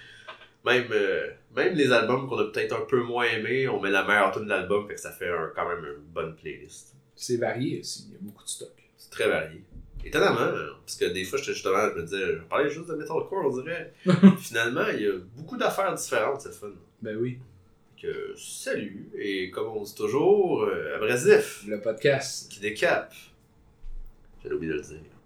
Même les albums qu'on a peut-être un peu moins aimés, on met la meilleure tune de l'album. Fait que ça fait quand même une bonne playlist. C'est varié aussi. Il y a beaucoup de stock. C'est très varié. Étonnamment, parce que des fois, je me disais, je parlais juste de metalcore, on dirait. Finalement, il y a beaucoup d'affaires différentes, c'est fun. Ben oui. Que, salut, et comme on dit toujours, abrasif. Le podcast. Qui décape. J'avais oublié de le dire.